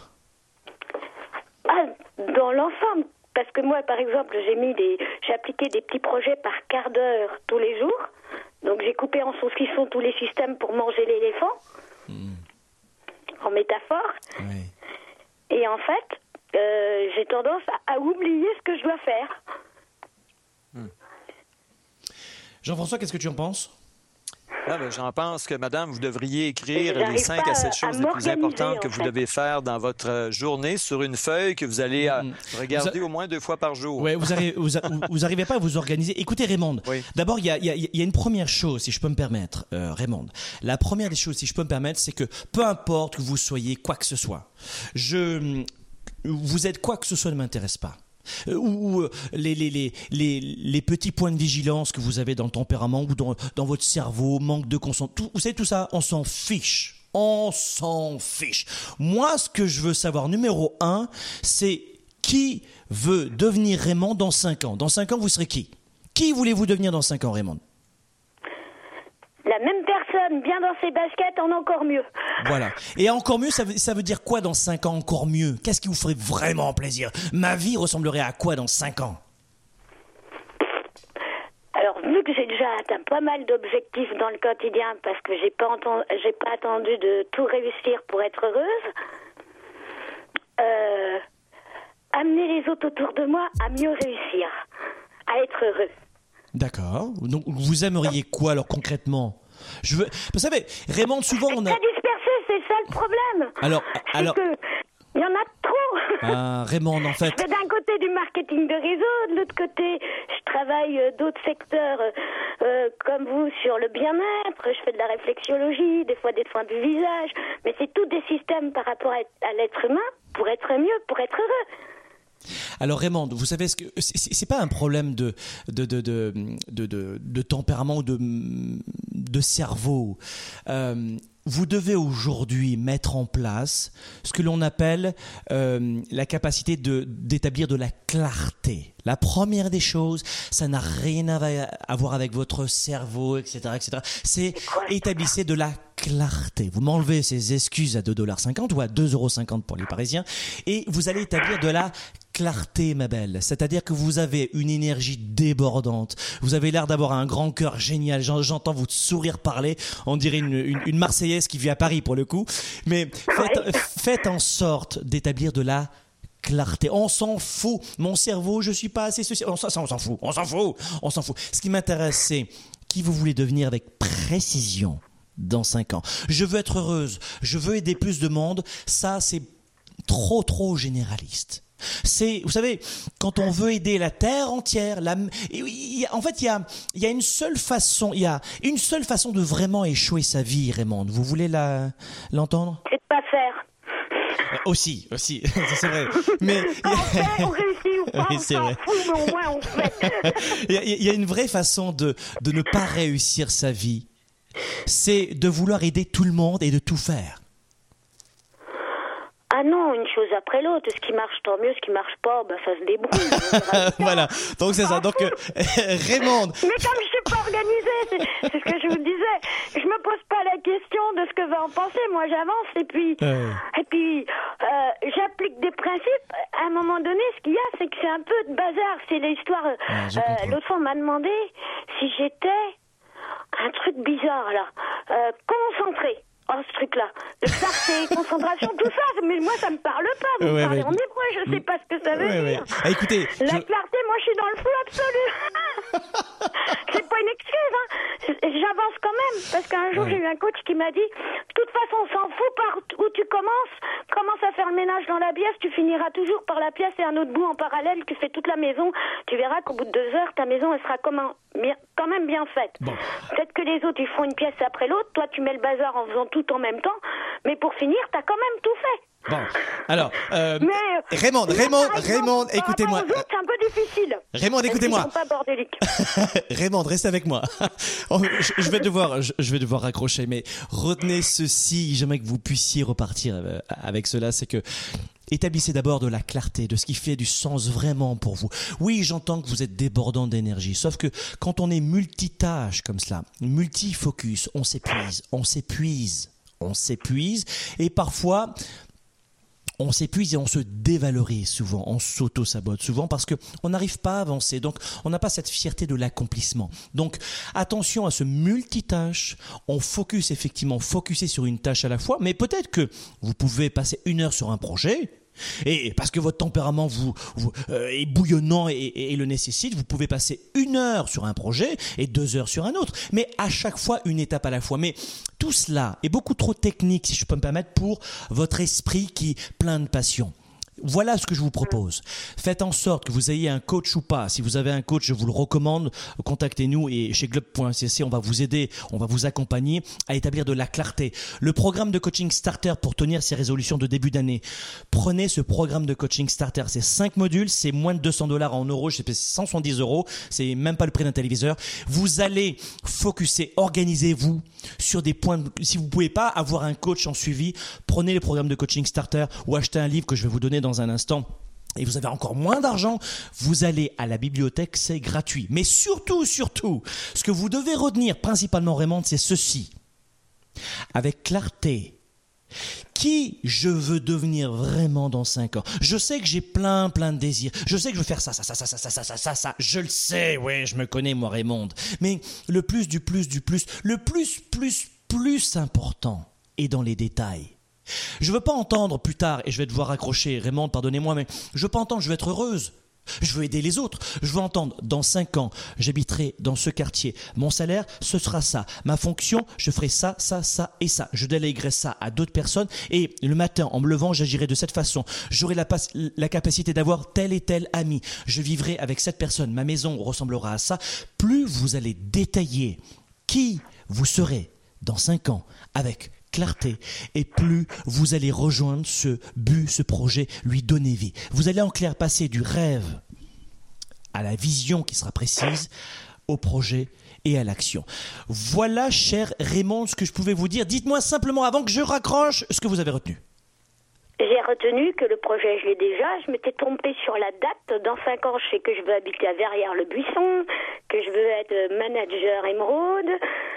Dans l'ensemble. Parce que moi, par exemple, j'ai appliqué des petits projets par quart d'heure tous les jours. Donc j'ai coupé en saucisson tous les systèmes pour manger l'éléphant. En métaphore. Oui. Et en fait, j'ai tendance à oublier ce que je dois faire. Jean-François, qu'est-ce que tu en penses? J'en pense que, madame, vous devriez écrire les 5 à 7 choses les plus importantes que vous devez faire dans votre journée sur une feuille que vous allez regarder au moins 2 fois par jour. Oui, vous arrivez pas à vous organiser. Écoutez, Raymonde, d'abord, il y a une première chose, si je peux me permettre, Raymonde. La première des choses, si je peux me permettre, c'est que peu importe que vous soyez quoi que ce soit, vous êtes quoi que ce soit ne m'intéresse pas. Ou les petits points de vigilance que vous avez dans le tempérament ou dans votre cerveau, manque de concentration, vous savez tout ça, on s'en fiche. On s'en fiche. Moi, ce que je veux savoir, numéro 1, c'est qui veut devenir Raymond dans 5 ans? Dans 5 ans, vous serez qui? Qui voulez-vous devenir dans 5 ans, Raymond? La même personne, bien dans ses baskets, en encore mieux. Voilà. Et encore mieux, ça veut dire quoi dans 5 ans encore mieux? Qu'est-ce qui vous ferait vraiment plaisir? Ma vie ressemblerait à quoi dans 5 ans? Alors, vu que j'ai déjà atteint pas mal d'objectifs dans le quotidien, parce que j'ai pas attendu de tout réussir pour être heureuse, amener les autres autour de moi à mieux réussir, à être heureux. D'accord. Donc, vous aimeriez quoi, alors, concrètement? Vous savez, Raymond, souvent, on a... Très dispersé, c'est ça le problème. Alors... Il y en a trop. Raymond, en fait... Je fais d'un côté du marketing de réseau, de l'autre côté, je travaille d'autres secteurs comme vous sur le bien-être, je fais de la réflexologie, des fois des soins du visage, mais c'est tous des systèmes par rapport à l'être humain pour être mieux, pour être heureux. Alors Raymond, vous savez ce que c'est pas un problème de tempérament ou de cerveau. Vous devez aujourd'hui mettre en place ce que l'on appelle la capacité d'établir de la clarté. La première des choses, ça n'a rien à voir avec votre cerveau, etc., etc. C'est établissez de la clarté. Vous m'enlevez ces excuses à 2,50 $ ou à 2,50 € pour les Parisiens et vous allez établir de la clarté, ma belle. C'est-à-dire que vous avez une énergie débordante. Vous avez l'air d'avoir un grand cœur génial. J'entends votre sourire parler. On dirait une Marseillaise qui vit à Paris pour le coup. Mais faites en sorte d'établir de la clarté. On s'en fout. Mon cerveau, je suis pas assez ceci. On s'en fout. On s'en fout. Ce qui m'intéresse, c'est qui vous voulez devenir avec précision dans 5 ans. Je veux être heureuse. Je veux aider plus de monde. Ça, c'est trop généraliste. C'est, vous savez, quand on veut aider la terre entière, en fait, il y a une seule façon, de vraiment échouer sa vie, Raymond. Vous voulez l'entendre? C'est de pas faire. Aussi, c'est vrai. Mais on réussit ou pas, oui, on s'en fout, mais au moins on fait. Il y a une vraie façon de ne pas réussir sa vie. C'est de vouloir aider tout le monde et de tout faire. Ah non, une chose après l'autre. Ce qui marche, tant mieux. Ce qui marche pas, ça se débrouille. Voilà. Donc c'est ça. Donc Raymond. Mais comme je suis pas organisée, c'est ce que je vous disais. Je me pose pas la question de ce que va en penser. Moi, j'avance et puis j'applique des principes. À un moment donné, ce qu'il y a, c'est que c'est un peu de bazar. C'est l'histoire. L'autre fois, on m'a demandé si j'étais un truc bizarre là, concentré. Oh, ce truc-là, le clarté, concentration, tout ça, mais moi, ça me parle pas. Vous me parlez en hébreu, je sais pas ce que ça veut dire. Ah, écoutez, la clarté, moi, je suis dans le flou absolu. C'est pas une excuse, hein. J'avance quand même, parce qu'un jour, j'ai eu un coach qui m'a dit, de toute façon, on s'en fout par où tu commence à faire le ménage dans la pièce, tu finiras toujours par la pièce et un autre bout en parallèle, tu fais toute la maison, tu verras qu'au bout de 2 heures, ta maison, elle sera quand même bien faite. Bon. Peut-être que les autres, ils font une pièce après l'autre, toi, tu mets le bazar en faisant tout en même temps, mais pour finir, t'as quand même tout fait. Bon, alors, Raymond, écoutez-moi. C'est un peu difficile. Raymond, écoutez-moi. Ils sont pas bordéliques. Raymond, reste avec moi. Je vais devoir raccrocher, mais retenez ceci, j'aimerais que vous puissiez repartir avec cela, c'est que établissez d'abord de la clarté, de ce qui fait du sens vraiment pour vous. Oui, j'entends que vous êtes débordant d'énergie, sauf que quand on est multitâche comme cela, multifocus, on s'épuise, et parfois on s'épuise et on se dévalorise souvent, on s'auto-sabote souvent parce que on n'arrive pas à avancer, donc on n'a pas cette fierté de l'accomplissement. Donc attention à ce multitâche, on focuser sur une tâche à la fois, mais peut-être que vous pouvez passer 1 heure sur un projet, et parce que votre tempérament est bouillonnant et le nécessite, vous pouvez passer 1 heure sur un projet et 2 heures sur un autre, mais à chaque fois une étape à la fois. Mais tout cela est beaucoup trop technique, si je peux me permettre, pour votre esprit qui est plein de passion. Voilà ce que je vous propose. Faites en sorte que vous ayez un coach ou pas. Si vous avez un coach, je vous le recommande. Contactez-nous et chez globe.cc, on va vous aider, on va vous accompagner à établir de la clarté. Le programme de coaching starter pour tenir ses résolutions de début d'année. Prenez ce programme de coaching starter. C'est 5 modules, c'est moins de $200 en euros, c'est 170 €. C'est même pas le prix d'un téléviseur. Vous allez focuser, organisez-vous sur des points. Si vous pouvez pas avoir un coach en suivi, prenez le programme de coaching starter ou achetez un livre que je vais vous donner dans un instant. Et vous avez encore moins d'argent, vous allez à la bibliothèque, c'est gratuit. Mais surtout, ce que vous devez retenir principalement, Raymond, c'est ceci. Avec clarté, qui je veux devenir vraiment dans 5 ans. Je sais que j'ai plein de désirs. Je sais que je veux faire ça. Je le sais, ouais, je me connais, moi, Raymond. Mais le plus du plus, le plus important est dans les détails. Je veux pas entendre plus tard, et je vais devoir raccrocher, Raymond, pardonnez-moi, mais je veux pas entendre, je veux être heureuse. Je veux aider les autres. Je veux entendre, dans 5 ans, j'habiterai dans ce quartier. Mon salaire, ce sera ça. Ma fonction, je ferai ça et ça. Je délèguerai ça à d'autres personnes et le matin, en me levant, j'agirai de cette façon. J'aurai la capacité d'avoir tel et tel ami. Je vivrai avec cette personne. Ma maison ressemblera à ça. Plus vous allez détailler qui vous serez dans 5 ans avec clarté, et plus vous allez rejoindre ce but, ce projet, lui donner vie. Vous allez en clair passer du rêve à la vision qui sera précise, au projet et à l'action. Voilà, cher Raymond, ce que je pouvais vous dire. Dites-moi simplement, avant que je raccroche, ce que vous avez retenu. J'ai retenu que le projet, je l'ai déjà. Je m'étais trompée sur la date. Dans 5 ans, je sais que je veux habiter à Verrières-le-Buisson, que je veux être manager émeraude,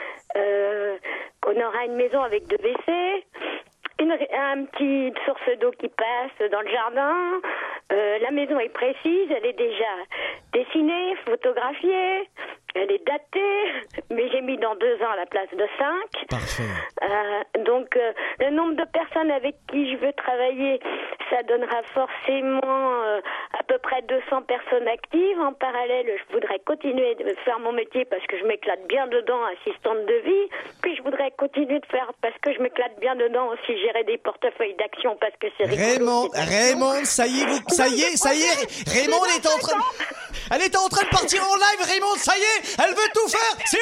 qu'on aura une maison avec 2 WC, un petit source d'eau qui passe dans le jardin. La maison est précise, elle est déjà dessinée, photographiée, elle est datée, mais j'ai mis dans 2 ans à la place de 5. Parfait. Donc, le nombre de personnes avec qui je veux travailler, ça donnera forcément à peu près près 200 personnes actives. En parallèle, je voudrais continuer de faire mon métier parce que je m'éclate bien dedans, assistante de vie. Puis je voudrais continuer de faire parce que je m'éclate bien dedans aussi, gérer des portefeuilles d'actions parce que c'est rigolo. Raymond, ça y est, Raymond, elle était en train de partir en live, Raymond, ça y est, elle veut tout faire, c'est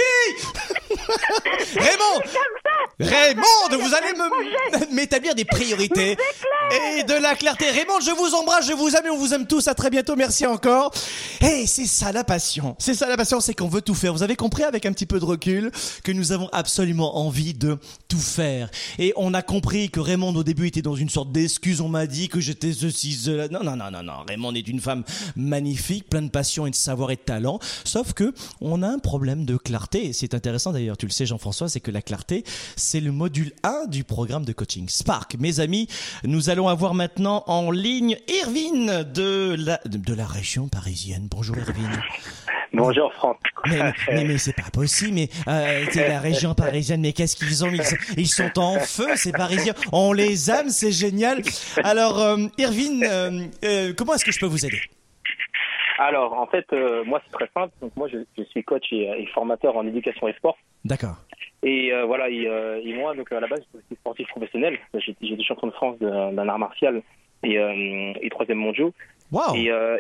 reparti. Raymond, vous allez m'établir des priorités et de la clarté. Raymond, je vous embrasse, je vous aime et on vous aime tous. À très bientôt, merci encore. Et c'est ça la passion. C'est qu'on veut tout faire. Vous avez compris avec un petit peu de recul que nous avons absolument envie de tout faire. Et on a compris que Raymond au début était dans une sorte d'excuse. On m'a dit que j'étais ceci, cela. Non. Raymond est une femme magnifique, pleine de passion et de savoir et de talent. Sauf que on a un problème de clarté. Et c'est intéressant d'ailleurs, tu le sais Jean-François, c'est que la clarté, c'est le module 1 du programme de coaching Spark. Mes amis, nous allons avoir maintenant en ligne Irvine de la région parisienne. Bonjour Irvine. Bonjour Franck. Mais c'est pas possible. Mais c'est la région parisienne. Mais qu'est-ce qu'ils ont? Ils sont en feu ces Parisiens. On les aime, c'est génial. Alors Irvine, comment est-ce que je peux vous aider? Alors en fait, moi c'est très simple. Donc moi je suis coach et formateur en éducation et sport. D'accord. Et voilà, et moi donc à la base je suis sportif professionnel. J'ai été champion de France d'un art martial et troisième mondiaux. Wow.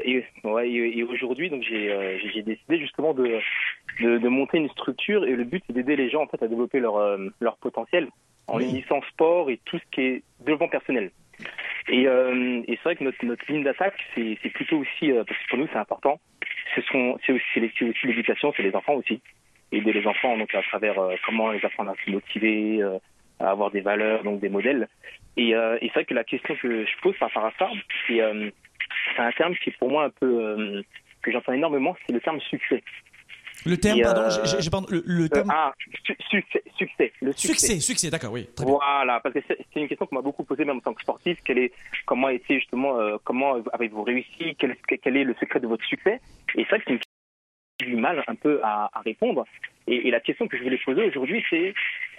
Et aujourd'hui donc j'ai décidé justement de monter une structure et le but c'est d'aider les gens en fait à développer leur potentiel en unissant sport et tout ce qui est développement personnel. Et c'est vrai que notre ligne d'attaque c'est plutôt aussi parce que pour nous c'est important. C'est aussi l'éducation, c'est les enfants aussi. Aider les enfants donc à travers comment les apprendre à se motiver, à avoir des valeurs, donc des modèles. Et c'est vrai que la question que je pose par rapport à ça, c'est un terme qui est pour moi un peu que j'entends énormément, c'est le terme succès. Le terme, le terme. Succès. Le Succès, d'accord, oui. Très voilà, parce que c'est une question qu'on m'a beaucoup posée même en tant que sportif. Comment avez-vous réussi? Quel est le secret de votre succès? Et c'est vrai que c'est une question que j'ai du mal un peu à répondre. Et la question que je voulais poser aujourd'hui, c'est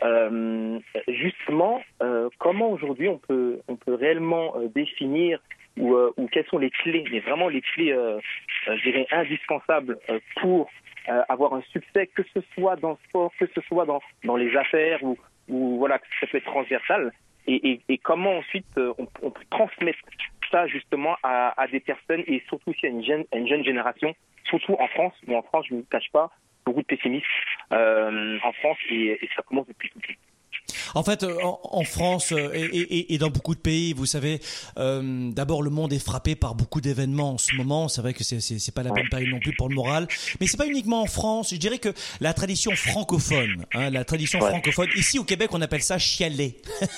justement comment aujourd'hui on peut réellement définir ou quelles sont les clés, mais vraiment les clés, je dirais indispensables pour avoir un succès, que ce soit dans le sport, que ce soit dans les affaires ou voilà, ça peut être transversal. Et comment ensuite on peut transmettre ça justement à des personnes et surtout aussi à une jeune génération, surtout en France, où en France, je ne vous cache pas, beaucoup de pessimistes en France et ça commence depuis tout petit. En fait, en France et dans beaucoup de pays, vous savez, d'abord le monde est frappé par beaucoup d'événements en ce moment. C'est vrai que c'est pas la bonne période non plus pour le moral, mais c'est pas uniquement en France. Je dirais que la tradition francophone, francophone. Ici au Québec, on appelle ça chialer.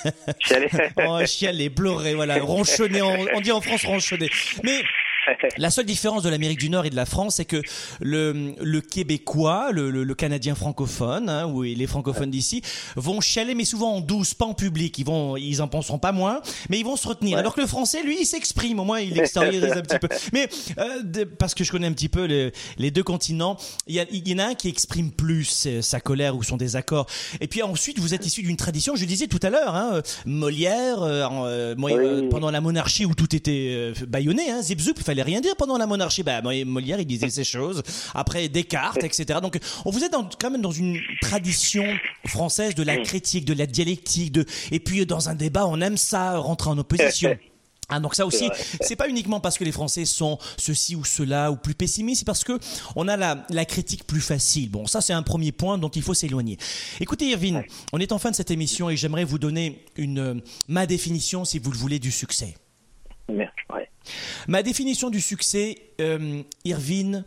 Chialer, pleurer, voilà, ronchonner. On dit en France ronchonner, mais la seule différence de l'Amérique du Nord et de la France, c'est que le Québécois, le Canadien francophone, ou les francophones d'ici, vont chialer, mais souvent en douce, pas en public. Ils en penseront pas moins, mais ils vont se retenir. Alors que le Français, lui, il s'exprime, au moins il extériorise un petit peu. Mais parce que je connais un petit peu les deux continents, il y en a un qui exprime plus sa colère ou son désaccord. Et puis ensuite, vous êtes issu d'une tradition, je disais tout à l'heure, Molière, pendant la monarchie où tout était bâillonné, zip zoup, il fallait rien dire pendant la monarchie. Molière, il disait ces choses. Après, Descartes, etc. Donc, vous êtes quand même dans une tradition française de la critique, de la dialectique, et puis dans un débat, on aime ça, rentrer en opposition. Donc ça aussi, c'est pas uniquement parce que les Français sont ceci ou cela ou plus pessimistes, c'est parce que on a la critique plus facile. Bon, ça c'est un premier point dont il faut s'éloigner. Écoutez Irvine, on est en fin de cette émission et j'aimerais vous donner ma définition, si vous le voulez, du succès. Merci. Ma définition du succès, Irvine,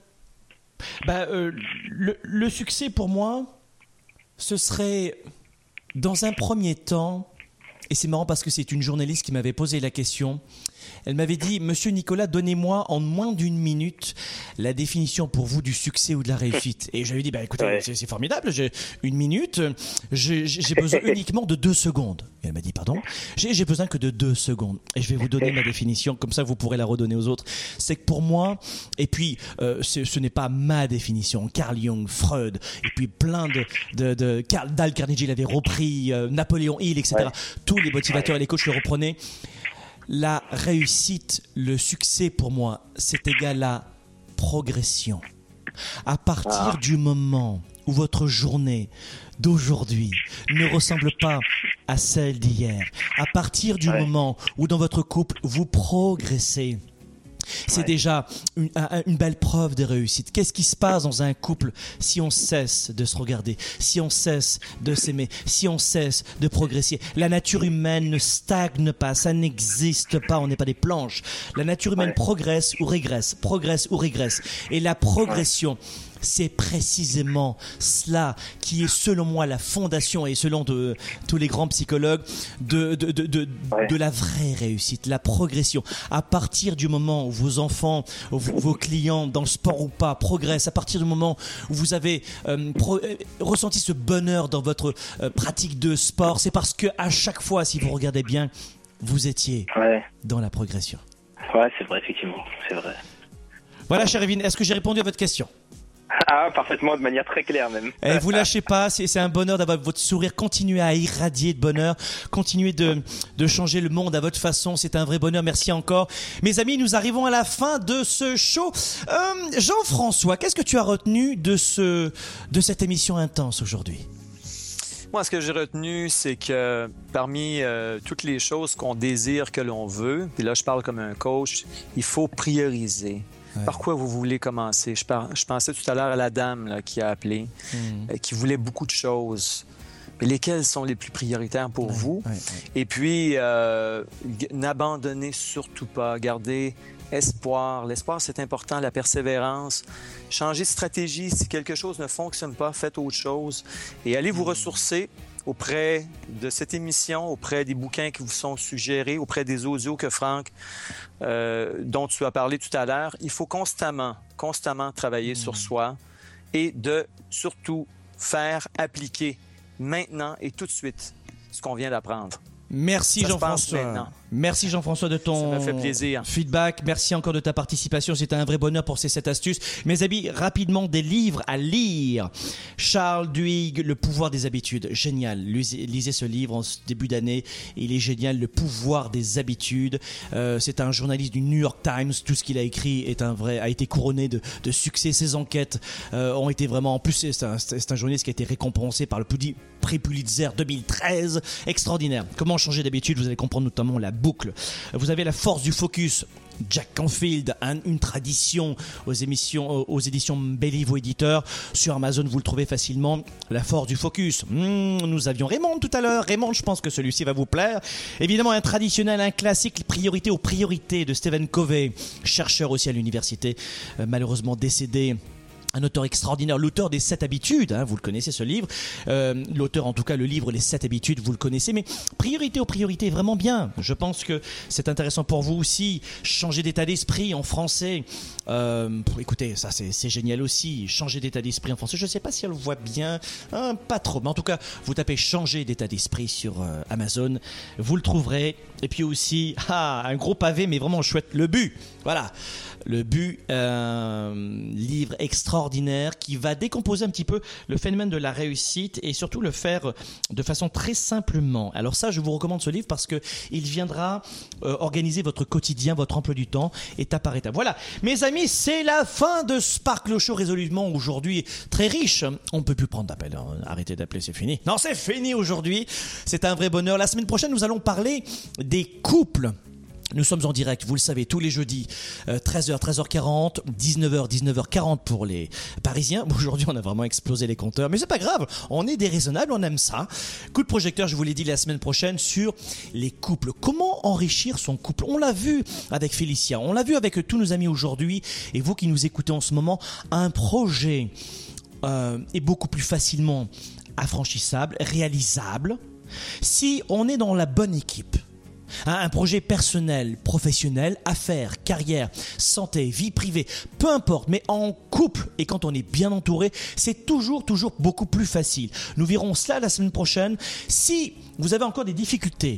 le succès pour moi, ce serait dans un premier temps, et c'est marrant parce que c'est une journaliste qui m'avait posé la question. Elle m'avait dit, Monsieur Nicolas, donnez-moi en moins d'une minute la définition pour vous du succès ou de la réussite. Et je lui ai dit, écoutez, c'est formidable, j'ai une minute, j'ai besoin uniquement de 2 secondes. Et elle m'a dit, pardon, j'ai besoin que de 2 secondes. Et je vais vous donner ma définition, comme ça vous pourrez la redonner aux autres. C'est que pour moi, et puis ce n'est pas ma définition, Carl Jung, Freud, et puis plein Dale Carnegie l'avait repris, Napoléon Hill, etc. Tous les motivateurs et les coachs le reprenaient. la réussite, le succès pour moi, c'est égal à progression. À partir du moment où votre journée d'aujourd'hui ne ressemble pas à celle d'hier, à partir du moment où dans votre couple vous progressez, c'est déjà une belle preuve de réussite. Qu'est-ce qui se passe dans un couple si on cesse de se regarder, si on cesse de s'aimer, si on cesse de progresser? La nature humaine ne stagne pas, ça n'existe pas, on n'est pas des planches. La nature humaine progresse ou régresse. Et la progression, c'est précisément cela qui est selon moi la fondation et selon tous les grands psychologues de la vraie réussite, la progression. À partir du moment où vos enfants, vos clients, dans le sport ou pas, progressent, à partir du moment où vous avez ressenti ce bonheur dans votre pratique de sport, c'est parce que à chaque fois, si vous regardez bien, vous étiez dans la progression. Ouais, c'est vrai, effectivement, c'est vrai. Voilà, cher Evelyne, est-ce que j'ai répondu à votre question ? Ah, parfaitement, de manière très claire même. Et vous lâchez pas, c'est un bonheur d'avoir votre sourire, continuez à irradier de bonheur, continuez de changer le monde à votre façon, c'est un vrai bonheur, merci encore. Mes amis, nous arrivons à la fin de ce show. Jean-François, qu'est-ce que tu as retenu de cette émission intense aujourd'hui ? Moi, ce que j'ai retenu, c'est que parmi toutes les choses qu'on désire, que l'on veut, et là je parle comme un coach, il faut prioriser. Par quoi vous voulez commencer? Je pensais tout à l'heure à la dame là, qui a appelé, qui voulait beaucoup de choses. Mais lesquelles sont les plus prioritaires pour vous? Et puis, n'abandonnez surtout pas. Gardez espoir. L'espoir, c'est important. La persévérance. Changez de stratégie. Si quelque chose ne fonctionne pas, faites autre chose. Et allez vous ressourcer auprès de cette émission, auprès des bouquins qui vous sont suggérés, auprès des audios que Franck, dont tu as parlé tout à l'heure. Il faut constamment travailler sur soi et de surtout faire appliquer maintenant et tout de suite ce qu'on vient d'apprendre. Merci Jean-François. Merci Jean-François de ton Ça me fait plaisir. feedback. Merci encore de ta participation. C'était un vrai bonheur pour ces 7 astuces. Mes amis, rapidement des livres à lire. Charles Duhigg, Le pouvoir des habitudes. Génial. Lisez ce livre en ce début d'année. Il est génial. Le pouvoir des habitudes. C'est un journaliste du New York Times. Tout ce qu'il a écrit a été couronné de succès. Ses enquêtes ont été vraiment... En plus, c'est un journaliste qui a été récompensé par le prix Pulitzer 2013. Extraordinaire. Comment changer d'habitude? Vous allez comprendre notamment la boucle. Vous avez La force du focus. Jack Canfield, une tradition aux éditions Béliveau éditeur. Sur Amazon, vous le trouvez facilement. La force du focus. Nous avions Raymond tout à l'heure. Raymond, je pense que celui-ci va vous plaire. Évidemment, un traditionnel, un classique, Priorité aux priorités de Stephen Covey, chercheur aussi à l'université, malheureusement décédé. Un auteur extraordinaire, l'auteur des 7 habitudes, vous le connaissez ce livre, l'auteur en tout cas le livre Les 7 habitudes, vous le connaissez, mais Priorité aux priorités, vraiment bien. Je pense que c'est intéressant pour vous aussi, changer d'état d'esprit en français. Écoutez, ça c'est génial aussi, changer d'état d'esprit en français. Je ne sais pas si elle le voit bien, pas trop, mais en tout cas, vous tapez changer d'état d'esprit sur Amazon, vous le trouverez. Et puis aussi, un gros pavé, mais vraiment chouette, Le But, voilà. Le But, livre extraordinaire qui va décomposer un petit peu le phénomène de la réussite et surtout le faire de façon très simplement. Alors ça, je vous recommande ce livre parce que il viendra organiser votre quotidien, votre emploi du temps, étape par étape. Voilà, mes amis, c'est la fin de Sparkle Show résolument aujourd'hui très riche. On ne peut plus prendre d'appel. Arrêtez d'appeler, c'est fini. Non, c'est fini aujourd'hui. C'est un vrai bonheur. La semaine prochaine, nous allons parler des couples. Nous sommes en direct, vous le savez, tous les jeudis, 13h, 13h40, 19h, 19h40 pour les Parisiens. Aujourd'hui, on a vraiment explosé les compteurs, mais c'est pas grave, on est déraisonnable, on aime ça. Coup de projecteur, je vous l'ai dit la semaine prochaine, sur les couples. Comment enrichir son couple? On l'a vu avec Félicia, on l'a vu avec tous nos amis aujourd'hui, et vous qui nous écoutez en ce moment, un projet est beaucoup plus facilement affranchissable, réalisable, si on est dans la bonne équipe. Un projet personnel, professionnel, affaires, carrière, santé, vie privée, peu importe, mais en couple et quand on est bien entouré, c'est toujours beaucoup plus facile. Nous verrons cela la semaine prochaine. Si vous avez encore des difficultés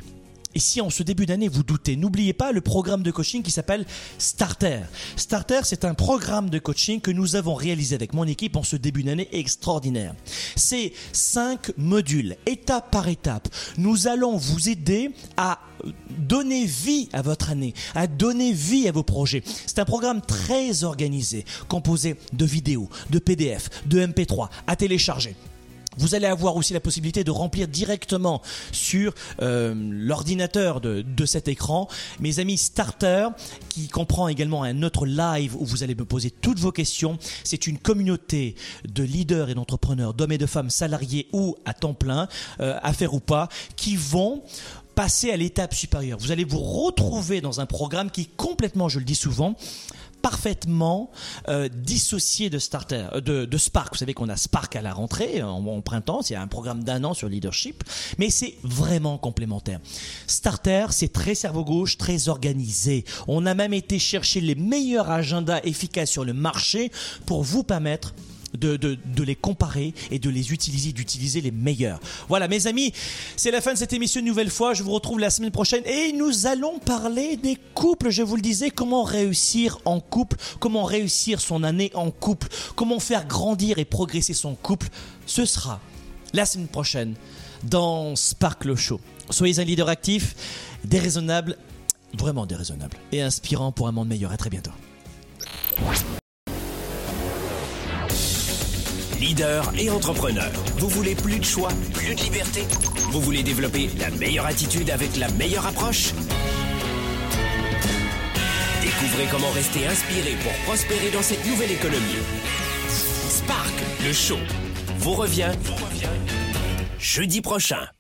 Et si en ce début d'année vous doutez, n'oubliez pas le programme de coaching qui s'appelle Starter. Starter, c'est un programme de coaching que nous avons réalisé avec mon équipe en ce début d'année extraordinaire. C'est 5 modules, étape par étape. Nous allons vous aider à donner vie à votre année, à donner vie à vos projets. C'est un programme très organisé, composé de vidéos, de PDF, de MP3 à télécharger. Vous allez avoir aussi la possibilité de remplir directement sur l'ordinateur de cet écran. Mes amis, Starter, qui comprend également un autre live où vous allez me poser toutes vos questions. C'est une communauté de leaders et d'entrepreneurs, d'hommes et de femmes salariés ou à temps plein, affaires ou pas, qui vont passer à l'étape supérieure. Vous allez vous retrouver dans un programme qui complètement, je le dis souvent, parfaitement dissocié de Starter, de Spark. Vous savez qu'on a Spark à la rentrée, en printemps, c'est un programme d'1 an sur leadership, mais c'est vraiment complémentaire. Starter, c'est très cerveau gauche, très organisé. On a même été chercher les meilleurs agendas efficaces sur le marché pour vous permettre de les comparer et de les utiliser, d'utiliser les meilleurs. Voilà mes amis, c'est la fin de cette émission une nouvelle fois. Je vous retrouve la semaine prochaine et nous allons parler des couples. Je vous le disais, comment réussir en couple, comment réussir son année en couple, comment faire grandir et progresser son couple. Ce sera la semaine prochaine dans Spark le Show. Soyez un leader actif, déraisonnable, vraiment déraisonnable et inspirant pour un monde meilleur. À très bientôt. Leader et entrepreneur, vous voulez plus de choix, plus de liberté? Vous voulez développer la meilleure attitude avec la meilleure approche? Découvrez comment rester inspiré pour prospérer dans cette nouvelle économie. Spark, le show, vous revient jeudi prochain.